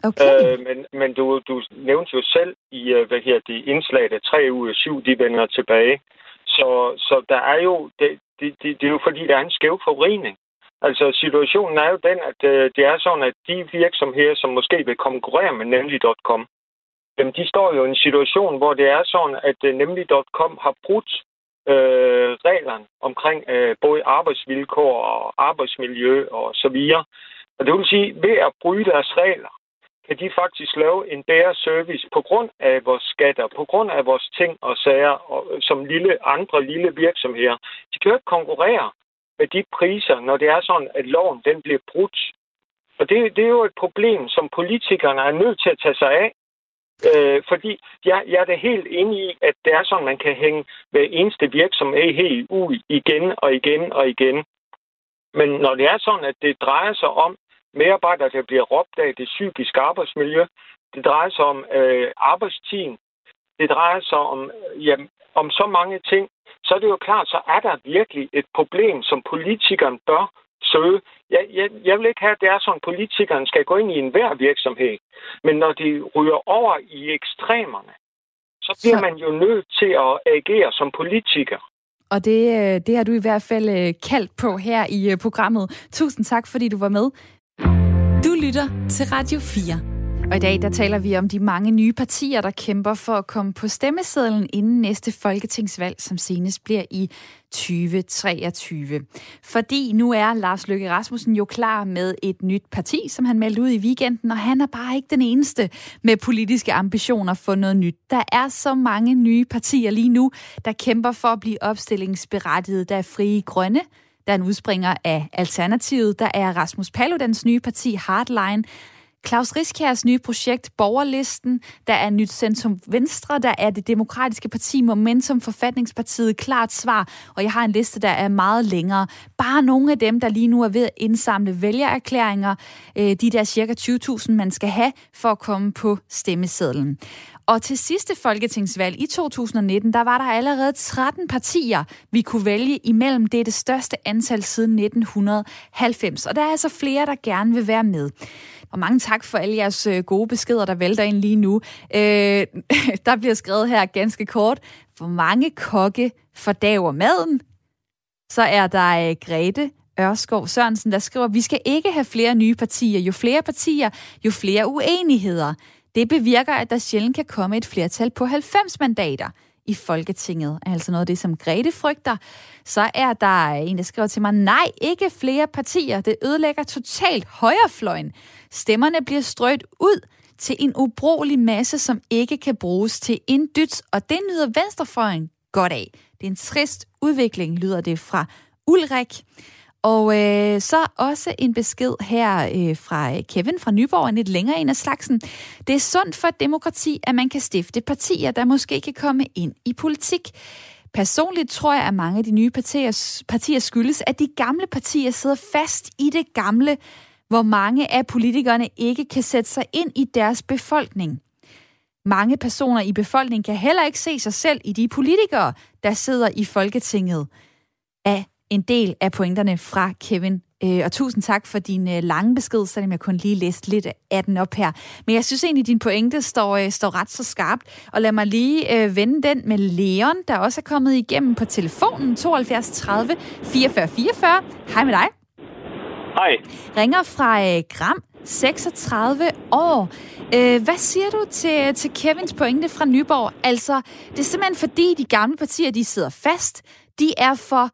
Okay. Men du nævnte jo selv i indslaget af 3 ud af 7, de vender tilbage. Så der er jo, det er jo fordi, der er en skæv forvridning. Altså situationen er jo den, at det er sådan, at de virksomheder, som måske vil konkurrere med Nemlig.com, de står jo i en situation, hvor det er sådan, at Nemlig.com har brudt reglerne omkring både arbejdsvilkår og arbejdsmiljø og så videre. Og det vil sige, ved at bryde deres regler, kan de faktisk lave en bedre service på grund af vores skatter, på grund af vores ting og sager, og, som andre lille virksomheder. De kan jo ikke konkurrere med de priser, når det er sådan, at loven den bliver brudt. Og det er jo et problem, som politikerne er nødt til at tage sig af. Fordi jeg er da helt enig i, at det er sådan, man kan hænge hver eneste virksomhed helt ud igen og igen og igen. Men når det er sådan, at det drejer sig om medarbejdere, der bliver råbt af det psykiske arbejdsmiljø, det drejer sig om arbejdstiden, det drejer sig om så mange ting, så er det jo klart, så er der virkelig et problem, som politikeren bør søge. Jeg vil ikke have, at det er sådan, at politikeren skal gå ind i enhver virksomhed. Men når de ryger over i ekstremerne, så bliver man jo nødt til at agere som politiker. Og det har du i hvert fald kaldt på her i programmet. Tusind tak, fordi du var med. Du lytter til Radio 4. Og i dag der taler vi om de mange nye partier, der kæmper for at komme på stemmesedlen inden næste folketingsvalg, som senest bliver i 2023. Fordi nu er Lars Løkke Rasmussen jo klar med et nyt parti, som han meldte ud i weekenden, og han er bare ikke den eneste med politiske ambitioner for noget nyt. Der er så mange nye partier lige nu, der kæmper for at blive opstillingsberettiget. Der er Frie Grønne, der er en udspringer af Alternativet, der er Rasmus Paludans nye parti Hardline, Claus Riskjærs nye projekt Borgerlisten, der er Nyt Centrum Venstre, der er det demokratiske parti Momentum, Forfatningspartiet Klart Svar, og jeg har en liste, der er meget længere. Bare nogle af dem, der lige nu er ved at indsamle vælgererklæringer, de der cirka 20.000, man skal have for at komme på stemmesedlen. Og til sidste folketingsvalg i 2019, der var der allerede 13 partier, vi kunne vælge imellem. Det er det største antal siden 1990, og der er altså flere, der gerne vil være med. Og mange tak for alle jeres gode beskeder, der vælter ind lige nu. Der bliver skrevet her ganske kort: hvor mange kokke fordaver maden? Så er der Grete Ørskov Sørensen, der skriver: vi skal ikke have flere nye partier. Jo flere partier, jo flere uenigheder. Det bevirker, at der sjældent kan komme et flertal på 90 mandater i Folketinget. Altså noget af det, som Grete frygter. Så er der en, der skriver til mig: nej, ikke flere partier. Det ødelægger totalt højrefløjen. Stemmerne bliver strøget ud til en ubrugelig masse, som ikke kan bruges til en dyt, og det nyder venstrefløjen godt af. Det er en trist udvikling, lyder det fra Ulrik. Og så også en besked her fra Kevin fra Nyborg, en lidt længere en af slagsen. Det er sundt for et demokrati, at man kan stifte partier, der måske kan komme ind i politik. Personligt tror jeg, at mange af de nye partier skyldes, at de gamle partier sidder fast i det gamle, hvor mange af politikerne ikke kan sætte sig ind i deres befolkning. Mange personer i befolkningen kan heller ikke se sig selv i de politikere, der sidder i Folketinget. Af en del af pointerne fra Kevin. Og tusind tak for din lange besked, selvom jeg kun lige læste lidt af den op her. Men jeg synes egentlig, at din pointe står ret så skarpt. Og lad mig lige vende den med Leon, der også er kommet igennem på telefonen 72 30 44 44. Hej med dig. Hej. Ringer fra Gram, 36 år. Hvad siger du til Kevins pointe fra Nyborg? Altså, det er simpelthen fordi de gamle partier, de sidder fast. De er for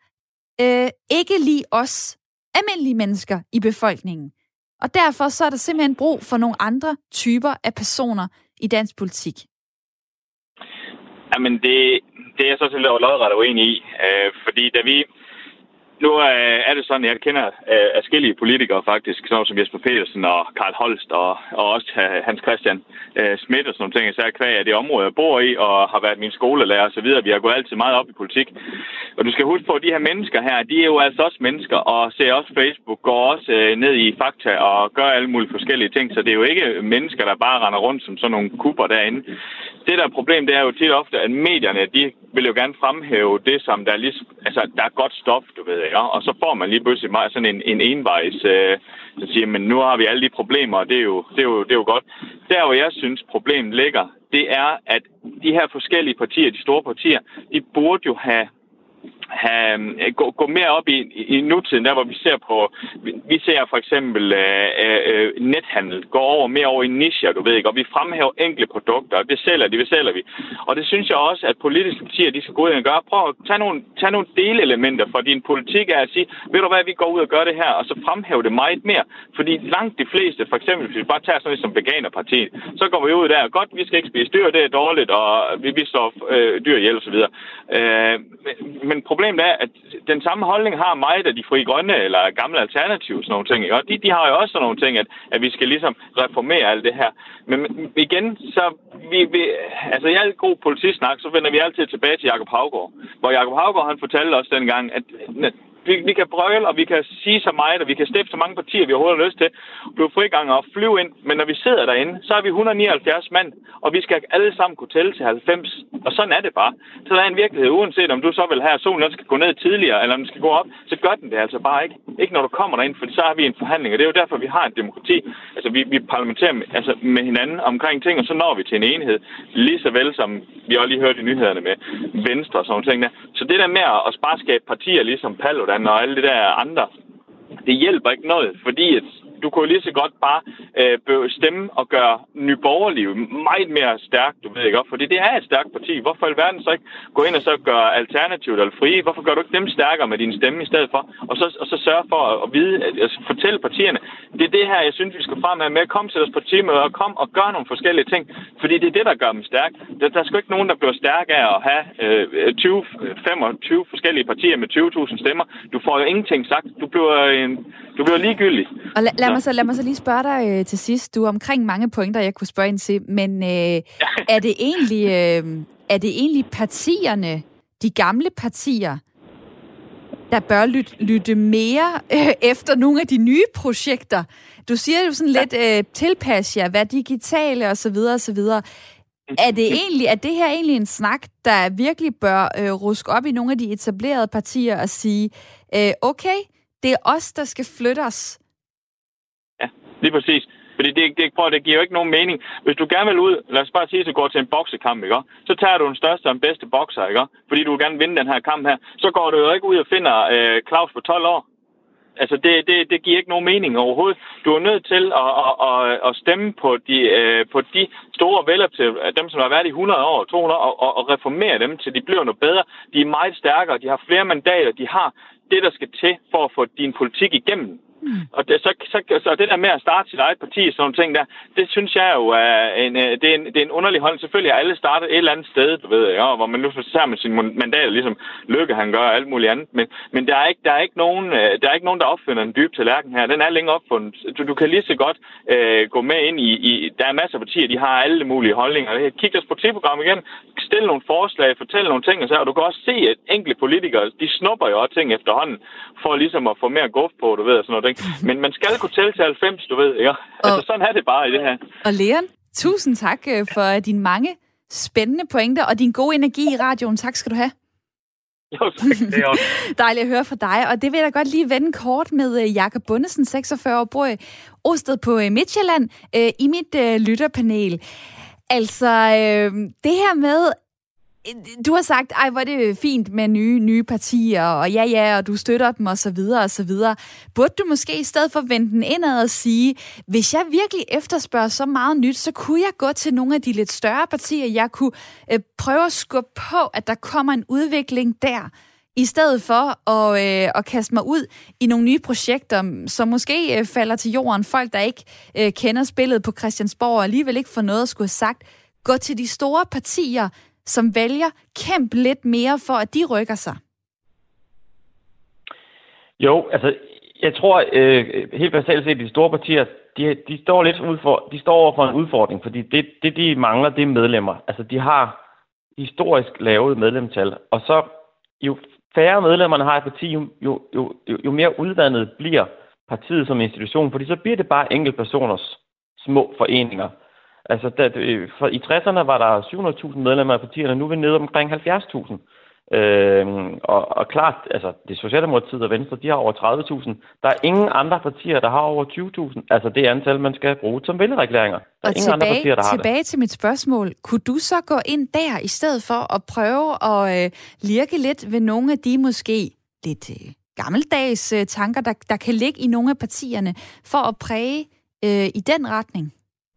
ikke lige os almindelige mennesker i befolkningen. Og derfor så er der simpelthen brug for nogle andre typer af personer i dansk politik. Jamen, det er jeg så til lodret uenig i. Fordi da vi... Nu er det sådan, at jeg kender forskellige politikere faktisk, som Jesper Petersen og Karl Holst og også Hans Christian Schmidt og sådan nogle ting, især kvæg af det område, jeg bor i og har været min skolelærer og så videre. Vi har gået altid meget op i politik. Og du skal huske på, at de her mennesker her, de er jo altså også mennesker og ser også Facebook, går også ned i Fakta og gør alle mulige forskellige ting. Så det er jo ikke mennesker, der bare render rundt som sådan nogle kupper derinde. Det der problem, det er jo tit ofte, at medierne, de vil jo gerne fremhæve det, som der er, ligesom, altså, der er godt stof, du ved, ja? Og så får man lige pludselig sådan en envejs, så siger, men nu har vi alle de problemer, og det er jo godt. Der, hvor jeg synes, problemet ligger, det er, at de her forskellige partier, de store partier, de burde jo gå mere op i nutiden, der hvor vi ser for eksempel nethandel gå mere over i nicher, du ved ikke, og vi fremhæver enkle produkter, og det sælger vi. Og det synes jeg også, at politiske partier, de skal gå ud og gøre. Prøv at tage nogle delelementer fra din politik af at sige, ved du hvad, vi går ud og gør det her, og så fremhæve det meget mere. Fordi langt de fleste, for eksempel, hvis vi bare tager sådan noget som Veganerpartiet, så går vi ud der, godt, vi skal ikke spise dyr, det er dårligt, og vi slår dyr ihjel og så videre. Men problemet er, at den samme holdning har meget af de Frie Grønne eller gamle Alternativ, sådan nogle ting. Og de har jo også sådan nogle ting, at vi skal ligesom reformere alt det her. Men igen, så altså i al god politisnak, så vender vi altid tilbage til Jakob Haugaard. Hvor Jakob Haugaard, han fortalte os dengang, at vi kan brøle, og vi kan sige så meget, og vi kan stifte så mange partier, vi overhovedet har lyst til, blive friganger og flyve ind. Men når vi sidder derinde, så er vi 179 mand, og vi skal alle sammen kunne tælle til 90. Og sådan er det bare. Så der er en virkelighed, uanset om du så vil have, at solen skal gå ned tidligere, eller om den skal gå op, så gør den det altså bare ikke. Ikke når du kommer derind, for så har vi en forhandling, og det er jo derfor, vi har et demokrati. Altså vi parlamenterer med hinanden omkring ting, og så når vi til en enhed. Lige så vel som vi også lige hørte i nyhederne med Venstre og sådan ting der. Så det der med at bare skabe partier ligesom Paludan og alle det der andre, det hjælper ikke noget, fordi at du kunne lige så godt bare stemme og gøre Nye Borgerlige meget mere stærkt, du ved ikke op, fordi det er et stærkt parti. Hvorfor i verden så ikke gå ind og så gøre Alternativt eller Frie? Hvorfor gør du ikke dem stærkere med din stemme i stedet for? Og så sørge for at vide, altså fortælle partierne. Det er det her, jeg synes, vi skal frem med. Kom til deres partimøder og kom og gør nogle forskellige ting, fordi det er det, der gør dem stærke. Der er sgu ikke nogen, der bliver stærke af at have 25 forskellige partier med 20.000 stemmer. Du får jo ingenting sagt. Du bliver ligegyldig. Og lad mig så lige spørge dig til sidst. Du er omkring mange pointer, jeg kunne spørge ind til, men er det egentlig partierne, de gamle partier, der bør lytte mere efter nogle af de nye projekter? Du siger jo sådan lidt, tilpas jer, vær digitale og så videre og så videre. Er det her egentlig en snak, der virkelig bør ruske op i nogle af de etablerede partier og sige, okay, det er os, der skal flytte os? Ja, lige præcis. Fordi det giver jo ikke nogen mening. Hvis du gerne vil ud, lad os bare sige, at du går til en boksekamp, ikke? Så tager du den største og den bedste bokser, ikke? Fordi du vil gerne vinde den her kamp her. Så går du jo ikke ud og finder Claus på 12 år. Altså, det giver ikke nogen mening overhovedet. Du er nødt til at stemme på de store vælger til dem, som har været i 100 år, 200 år, og reformere dem, til de bliver noget bedre. De er meget stærkere, de har flere mandater, de har det, der skal til for at få din politik igennem. Og så det der med at starte sit eget parti og sådan nogle ting der, det synes jeg jo det er en underlig holdning. Selvfølgelig er alle startet et eller andet sted, du ved, ja, hvor man nu ser med sine mandater, ligesom Løkke han gør og alt muligt andet. Men der er ikke nogen, der opfinder en dyb tallerken her. Den er længe opfundet. Du kan lige så godt gå med ind i der er masser af partier, de har alle mulige holdninger. Kig deres partiprogram igen, stil nogle forslag, fortæl nogle ting, og du kan også se, at enkelte politikere, de snupper jo også ting efterhånden, for ligesom at få mere guf på, du ved, og sådan noget. Men man skal kunne tælle til 90, du ved, ikke? Altså, sådan er det bare i det her. Og Leon, tusind tak for dine mange spændende pointer og din gode energi i radioen. Tak skal du have. Jo, tak. Det er også. Dejligt at høre fra dig. Og det vil jeg da godt lige vende kort med Jakob Bundesen, 46 år, bor i Osted på Midtjylland, i mit lytterpanel. Altså, det her med, du har sagt, hvor er det fint med nye partier, og ja, og du støtter dem, og så videre, og så videre. Burde du måske i stedet for vende den indad og sige, hvis jeg virkelig efterspørger så meget nyt, så kunne jeg gå til nogle af de lidt større partier, jeg kunne prøve at skubbe på, at der kommer en udvikling der, i stedet for at kaste mig ud i nogle nye projekter, som måske falder til jorden. Folk, der ikke kender spillet på Christiansborg, og alligevel ikke får noget at skulle have sagt. Gå til de store partier, som vælger, kæmpe lidt mere for, at de rykker sig? Jo, altså, jeg tror helt basalt set, at de store partier, de står over for en udfordring, fordi det de mangler, det er medlemmer. Altså, de har historisk lavet medlemstal, og så jo færre medlemmerne har et parti, jo mere udvandet bliver partiet som institution, fordi så bliver det bare enkeltpersoners små foreninger. Altså, i 60'erne var der 700.000 medlemmer af partierne, nu er vi nede omkring 70.000. Og klart, altså det Socialdemokratiet og Venstre, de har over 30.000. Der er ingen andre partier, der har over 20.000. Altså det antal, man skal bruge som vælgererklæringer. Der er ingen andre partier, der har det. Tilbage til mit spørgsmål. Kunne du så gå ind der, i stedet for at prøve at lirke lidt ved nogle af de måske lidt gammeldags tanker, der kan ligge i nogle af partierne, for at præge i den retning?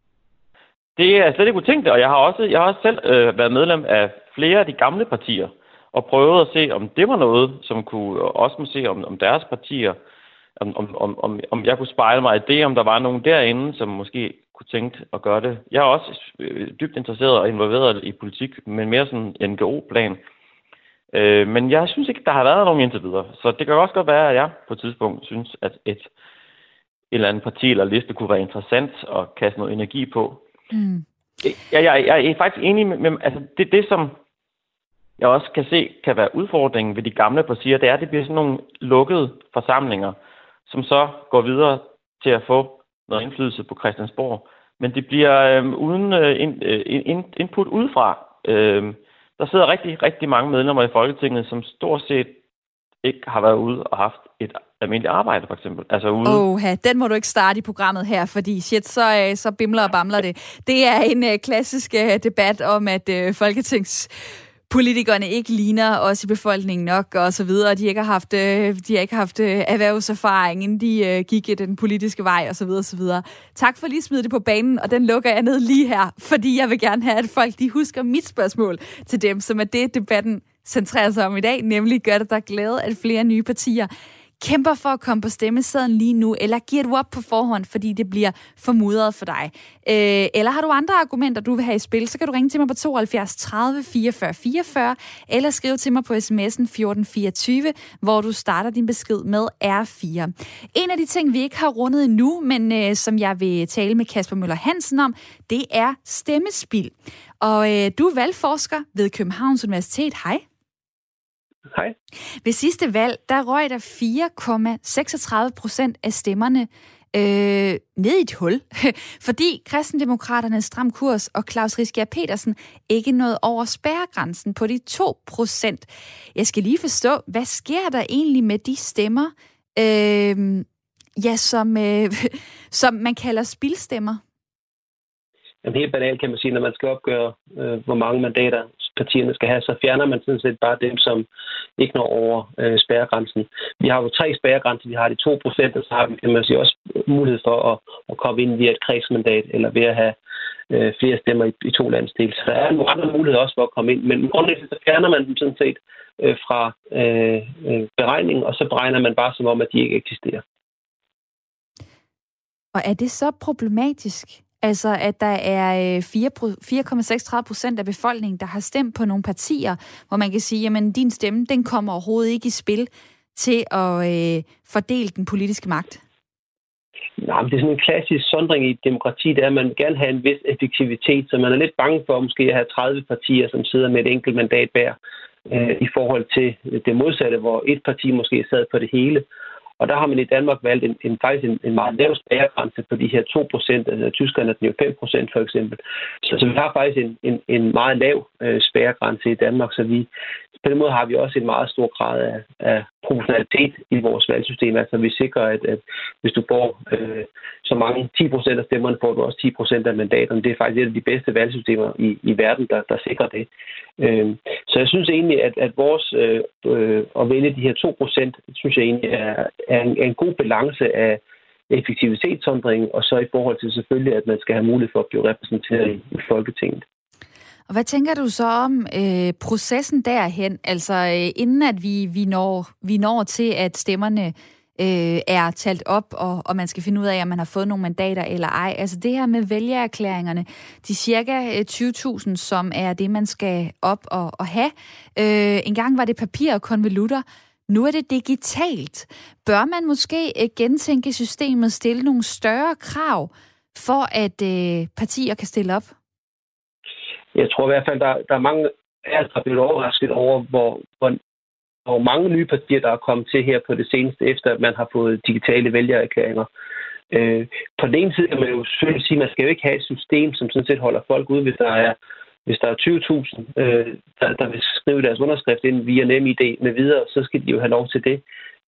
Det er slet ikke utænkt, og jeg har også selv været medlem af flere af de gamle partier, og prøvede at se, om det var noget, som kunne også må se om deres partier, om jeg kunne spejle mig i det, om der var nogen derinde, som måske kunne tænke at gøre det. Jeg er også dybt interesseret og involveret i politik, men mere sådan en NGO-plan. Men jeg synes ikke, der har været nogen indtil videre. Så det kan også godt være, at jeg på et tidspunkt synes, at et eller andet parti eller liste kunne være interessant at kaste noget energi på. Mm. Jeg er faktisk enig med altså det som jeg også kan se kan være udfordringen ved de gamle partier, det er, at det bliver sådan nogle lukkede forsamlinger, som så går videre til at få noget indflydelse på Christiansborg. Men det bliver uden input udefra. Der sidder rigtig, rigtig mange medlemmer i Folketinget, som stort set ikke har været ude og haft et almindeligt arbejde, for eksempel. Altså ude. Den må du ikke starte i programmet her, fordi så bimler og bamler det. Det er en klassisk debat om, at folketingspolitikerne ikke ligner os i befolkningen nok, og så videre. De har ikke haft erhvervserfaring, inden de gik den politiske vej, og så videre, og så videre. Tak for lige at smide det på banen, og den lukker jeg ned lige her, fordi jeg vil gerne have, at folk de husker mit spørgsmål til dem, som er det, debatten centrerer sig om i dag, nemlig gør det der glæde, at flere nye partier kæmper for at komme på stemmesedlen lige nu, eller giver du op på forhånd, fordi det bliver formudret for dig? Eller har du andre argumenter, du vil have i spil, så kan du ringe til mig på 72 30 44 44, eller skrive til mig på sms'en 1424, hvor du starter din besked med R4. En af de ting, vi ikke har rundet endnu, men som jeg vil tale med Kasper Møller Hansen om, det er stemmespild. Og du er valgforsker ved Københavns Universitet. Hej. Hej. Ved sidste valg, der røg der 4,36% af stemmerne ned i et hul, fordi Kristendemokraternes Stram Kurs og Claus Riskær Petersen ikke nåede over spærregrænsen på de 2%. Jeg skal lige forstå, hvad sker der egentlig med de stemmer, som man kalder spildstemmer? Jamen, helt banalt kan man sige, når man skal opgøre, hvor mange mandater partierne skal have, så fjerner man sådan set bare dem, som ikke når over spærregrænsen. Vi har jo 3 spærregrænser, vi har de 2%, og så har vi, kan man sige, også mulighed for at komme ind via et kredsmandat, eller ved at have flere stemmer i 2 landsdele. Så der er nogle andre muligheder også for at komme ind, men grundlæggende så fjerner man dem sådan set fra beregningen, og så beregner man bare som om, at de ikke eksisterer. Og er det så problematisk? Altså, at der er 4,36% af befolkningen, der har stemt på nogle partier, hvor man kan sige, jamen, din stemme, den kommer overhovedet ikke i spil til at fordele den politiske magt. Nej, men det er sådan en klassisk sondring i et demokrati, det er, at man gerne have en vis effektivitet, så man er lidt bange for måske at have 30 partier, som sidder med et enkelt mandat hver, i forhold til det modsatte, hvor et parti måske sad på det hele. Og der har man i Danmark valgt en meget lav spærregrænse på de her 2%, altså tyskerne er den jo 5% for eksempel. Så vi har faktisk en meget lav spærregrænse i Danmark, så på den måde har vi også en meget stor grad af proportionalitet i vores valgsystem. Altså vi sikrer, at hvis du får så mange 10% af stemmerne, får du også 10% af mandaterne. Det er faktisk et af de bedste valgsystemer i verden, der sikrer det. Så jeg synes egentlig, at vores at vælge de her 2%, synes jeg egentlig er en god balance af effektivitetshåndring, og så i forhold til selvfølgelig, at man skal have mulighed for at blive repræsenteret i Folketinget. Og hvad tænker du så om processen derhen? Altså inden at vi når til, at stemmerne er talt op, og man skal finde ud af, om man har fået nogle mandater eller ej. Altså det her med vælgererklæringerne, de cirka 20.000, som er det, man skal op og have. Engang var det papir og konvolutter. Nu er det digitalt. Bør man måske gentænke systemet, stille nogle større krav, for at partier kan stille op? Jeg tror i hvert fald, der er mange af os, der er blevet overrasket over, hvor mange nye partier, der er kommet til her på det seneste, efter at man har fået digitale vælgererklæringer. På den ene side kan man jo selvfølgelig sige, at man skal jo ikke have et system, som sådan set holder folk ude, hvis der er 20.000, der vil skrive deres underskrift ind via NemID med videre, så skal de jo have lov til det.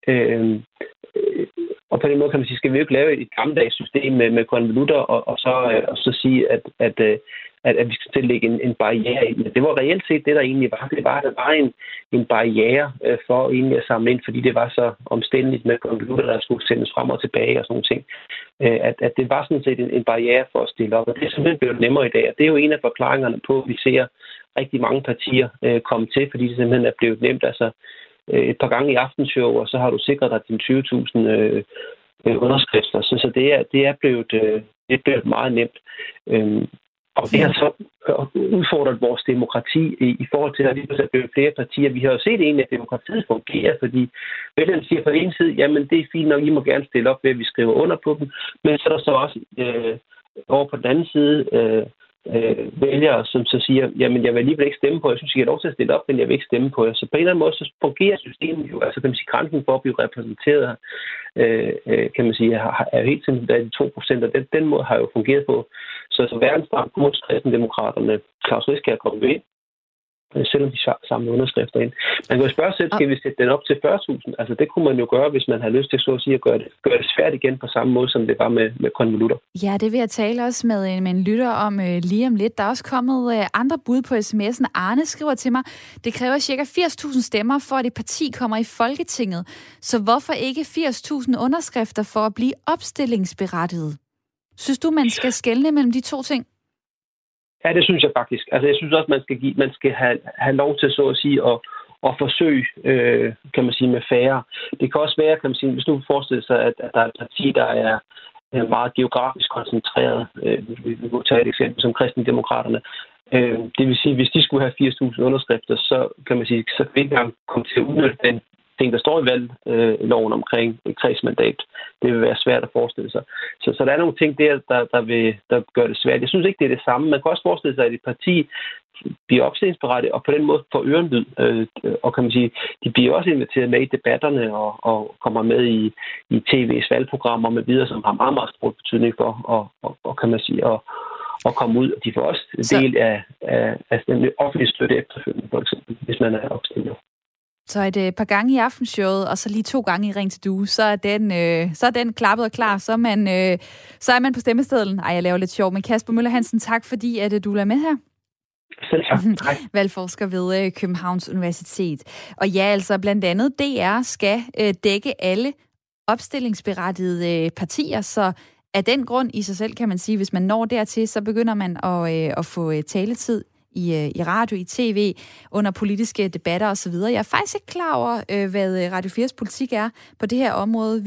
Og på den måde kan man sige, skal vi jo ikke lave et gammeldags system med konvolutter, og så sige, at vi skal tillægge en barriere i. Men det var reelt set det, der egentlig var. Det var, at der var en barriere for egentlig at samle ind, fordi det var så omstændeligt med konvolutter, der skulle sendes frem og tilbage og sådan nogle ting. At det var sådan set en barriere for at stille op. Og det er simpelthen blevet nemmere i dag. Og det er jo en af forklaringerne på, at vi ser rigtig mange partier komme til, fordi det simpelthen er blevet nemt. Altså et par gange i aftenshow, og så har du sikret dig dine 20.000 underskrifter. Så det er blevet meget nemt. Og det har så udfordret vores demokrati i forhold til, at vi er blevet flere partier. Vi har jo set egentlig, at demokratiet fungerer, fordi vælgerne siger på den ene side, jamen det er fint nok, I må gerne stille op ved, at vi skriver under på dem. Men så er der så også over på den anden side vælgere, som så siger, jamen jeg vil alligevel ikke stemme på jer. Jeg synes, I har lov til at stille op, men jeg vil ikke stemme på jer. Så på en eller anden måde, så fungerer systemet jo. Altså kan man sige, grænsen for at blive repræsenteret, kan man sige, er jo helt simpelthen de 2%, og den måde har jo fungeret på. Så verdensstram kurs kristendemokraterne, Claus Risk er kommet ind, selvom de samler underskrifter ind. Man kan jo spørge selv, skal vi sætte den op til 40.000? Altså det kunne man jo gøre, hvis man har lyst til så at sige at gøre det svært igen på samme måde, som det var med konvolutter. Ja, det vil jeg tale også med en lytter om lige om lidt. Der er også kommet andre bud på sms'en. Arne skriver til mig, det kræver ca. 80.000 stemmer, for at et parti kommer i Folketinget. Så hvorfor ikke 80.000 underskrifter for at blive opstillingsberettiget? Synes du, man skal skelne mellem de to ting? Ja, det synes jeg faktisk. Altså, jeg synes også, man skal have lov til, så at sige, at forsøge, kan man sige, med færre. Det kan også være, kan man sige, hvis nu forestiller sig, at der er et parti, der er meget geografisk koncentreret. Vi kunne tage et eksempel som kristendemokraterne. Det vil sige, hvis de skulle have 80.000 underskrifter, så kan man sige, så kan vi ikke engang komme til at udnytte den ting, der står i valgloven omkring et kredsmandat. Det vil være svært at forestille sig. Så der er nogle ting der gør det svært. Jeg synes ikke, det er det samme. Man kan også forestille sig, at et parti bliver opstillingsberettiget, og på den måde får ørenlyd. Og kan man sige, de bliver også inviteret med i debatterne og kommer med i tv's valgprogrammer med videre, som har meget, meget stor betydning for, og kan man sige, at komme ud. De får også en del af den offentlige støtte efterfølgende, for eksempel, hvis man er opstillet. Så et par gange i aftenshowet, og så lige 2 gange i Ring til Due, så er den klappet og klar, så er man på stemmestedlen. Ej, jeg laver lidt sjov, men Kasper Møller Hansen, tak fordi at du er med her. Selv tak. Valgforsker ved Københavns Universitet. Og ja, altså blandt andet DR skal dække alle opstillingsberettigede partier, så af den grund i sig selv kan man sige, hvis man når dertil, så begynder man at få taletid i radio, i tv, under politiske debatter osv. Jeg er faktisk ikke klar over, hvad Radio 4's politik er på det her område.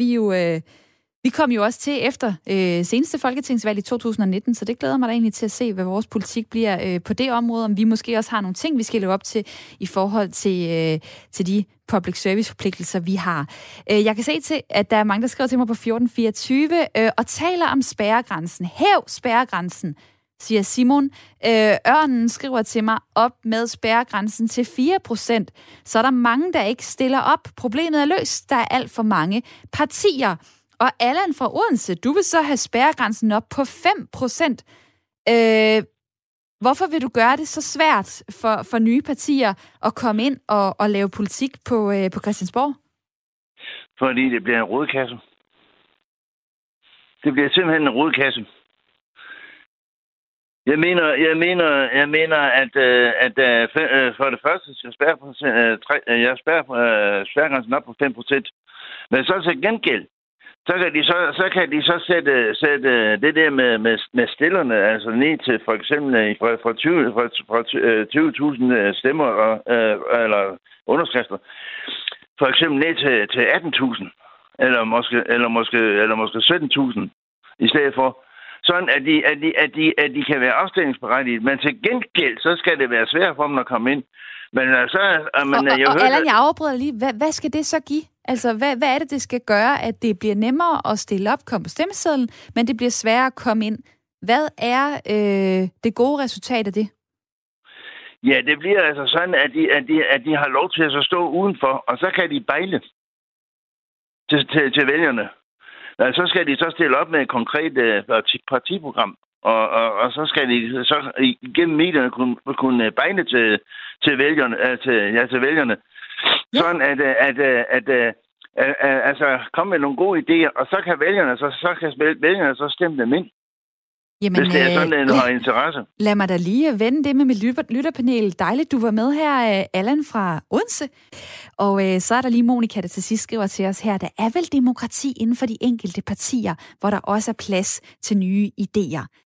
Vi kom jo også til efter seneste folketingsvalg i 2019, så det glæder mig da egentlig til at se, hvad vores politik bliver på det område, om vi måske også har nogle ting, vi skal leve op til i forhold til de public service forpligtelser, vi har. Jeg kan se til, at der er mange, der skriver til mig på 1424 og taler om spærregrænsen. Hæv spærregrænsen, siger Simon. Ørnen skriver til mig, op med spærregrænsen til 4%. Så er der mange, der ikke stiller op. Problemet er løst. Der er alt for mange partier. Og Allan fra Odense, du vil så have spærregrænsen op på 5%. Hvorfor vil du gøre det så svært for nye partier at komme ind og lave politik på Christiansborg? Fordi det bliver en rodekasse. Det bliver simpelthen en rodekasse. Jeg mener, at for det første skal spærregrænsen op på 5%. Men så til gengæld, så kan de så sætte det der med stillerne, altså ned til for eksempel fra 20.000 stemmer eller underskrifter, for eksempel ned til 18.000 eller måske 17.000 i stedet for. Sådan, at de kan være opstillingsberettiget, men til gengæld, så skal det være svært for dem at komme ind. Men Allan, jeg afbryder lige. Hvad skal det så give? Altså, hvad er det skal gøre, at det bliver nemmere at stille op, komme på stemmesedlen, men det bliver sværere at komme ind? Hvad er det gode resultat af det? Ja, det bliver altså sådan, at de har lov til at så stå udenfor, og så kan de bejle til vælgerne. Så skal de så stille op med et konkret partiprogram, og så skal de så igennem medierne kunne begne til vælgerne, til vælgerne. Sådan at komme med nogle gode idéer, og så kan vælgerne så stemme dem ind. Jamen, hvis det er sådan, at du har interesse. Lad mig da lige vende det med mit lytterpanel. Dejligt, du var med her, Allan fra Odense. Og så er der lige Monika, der til sidst skriver til os her, der er vel demokrati inden for de enkelte partier, hvor der også er plads til nye idéer.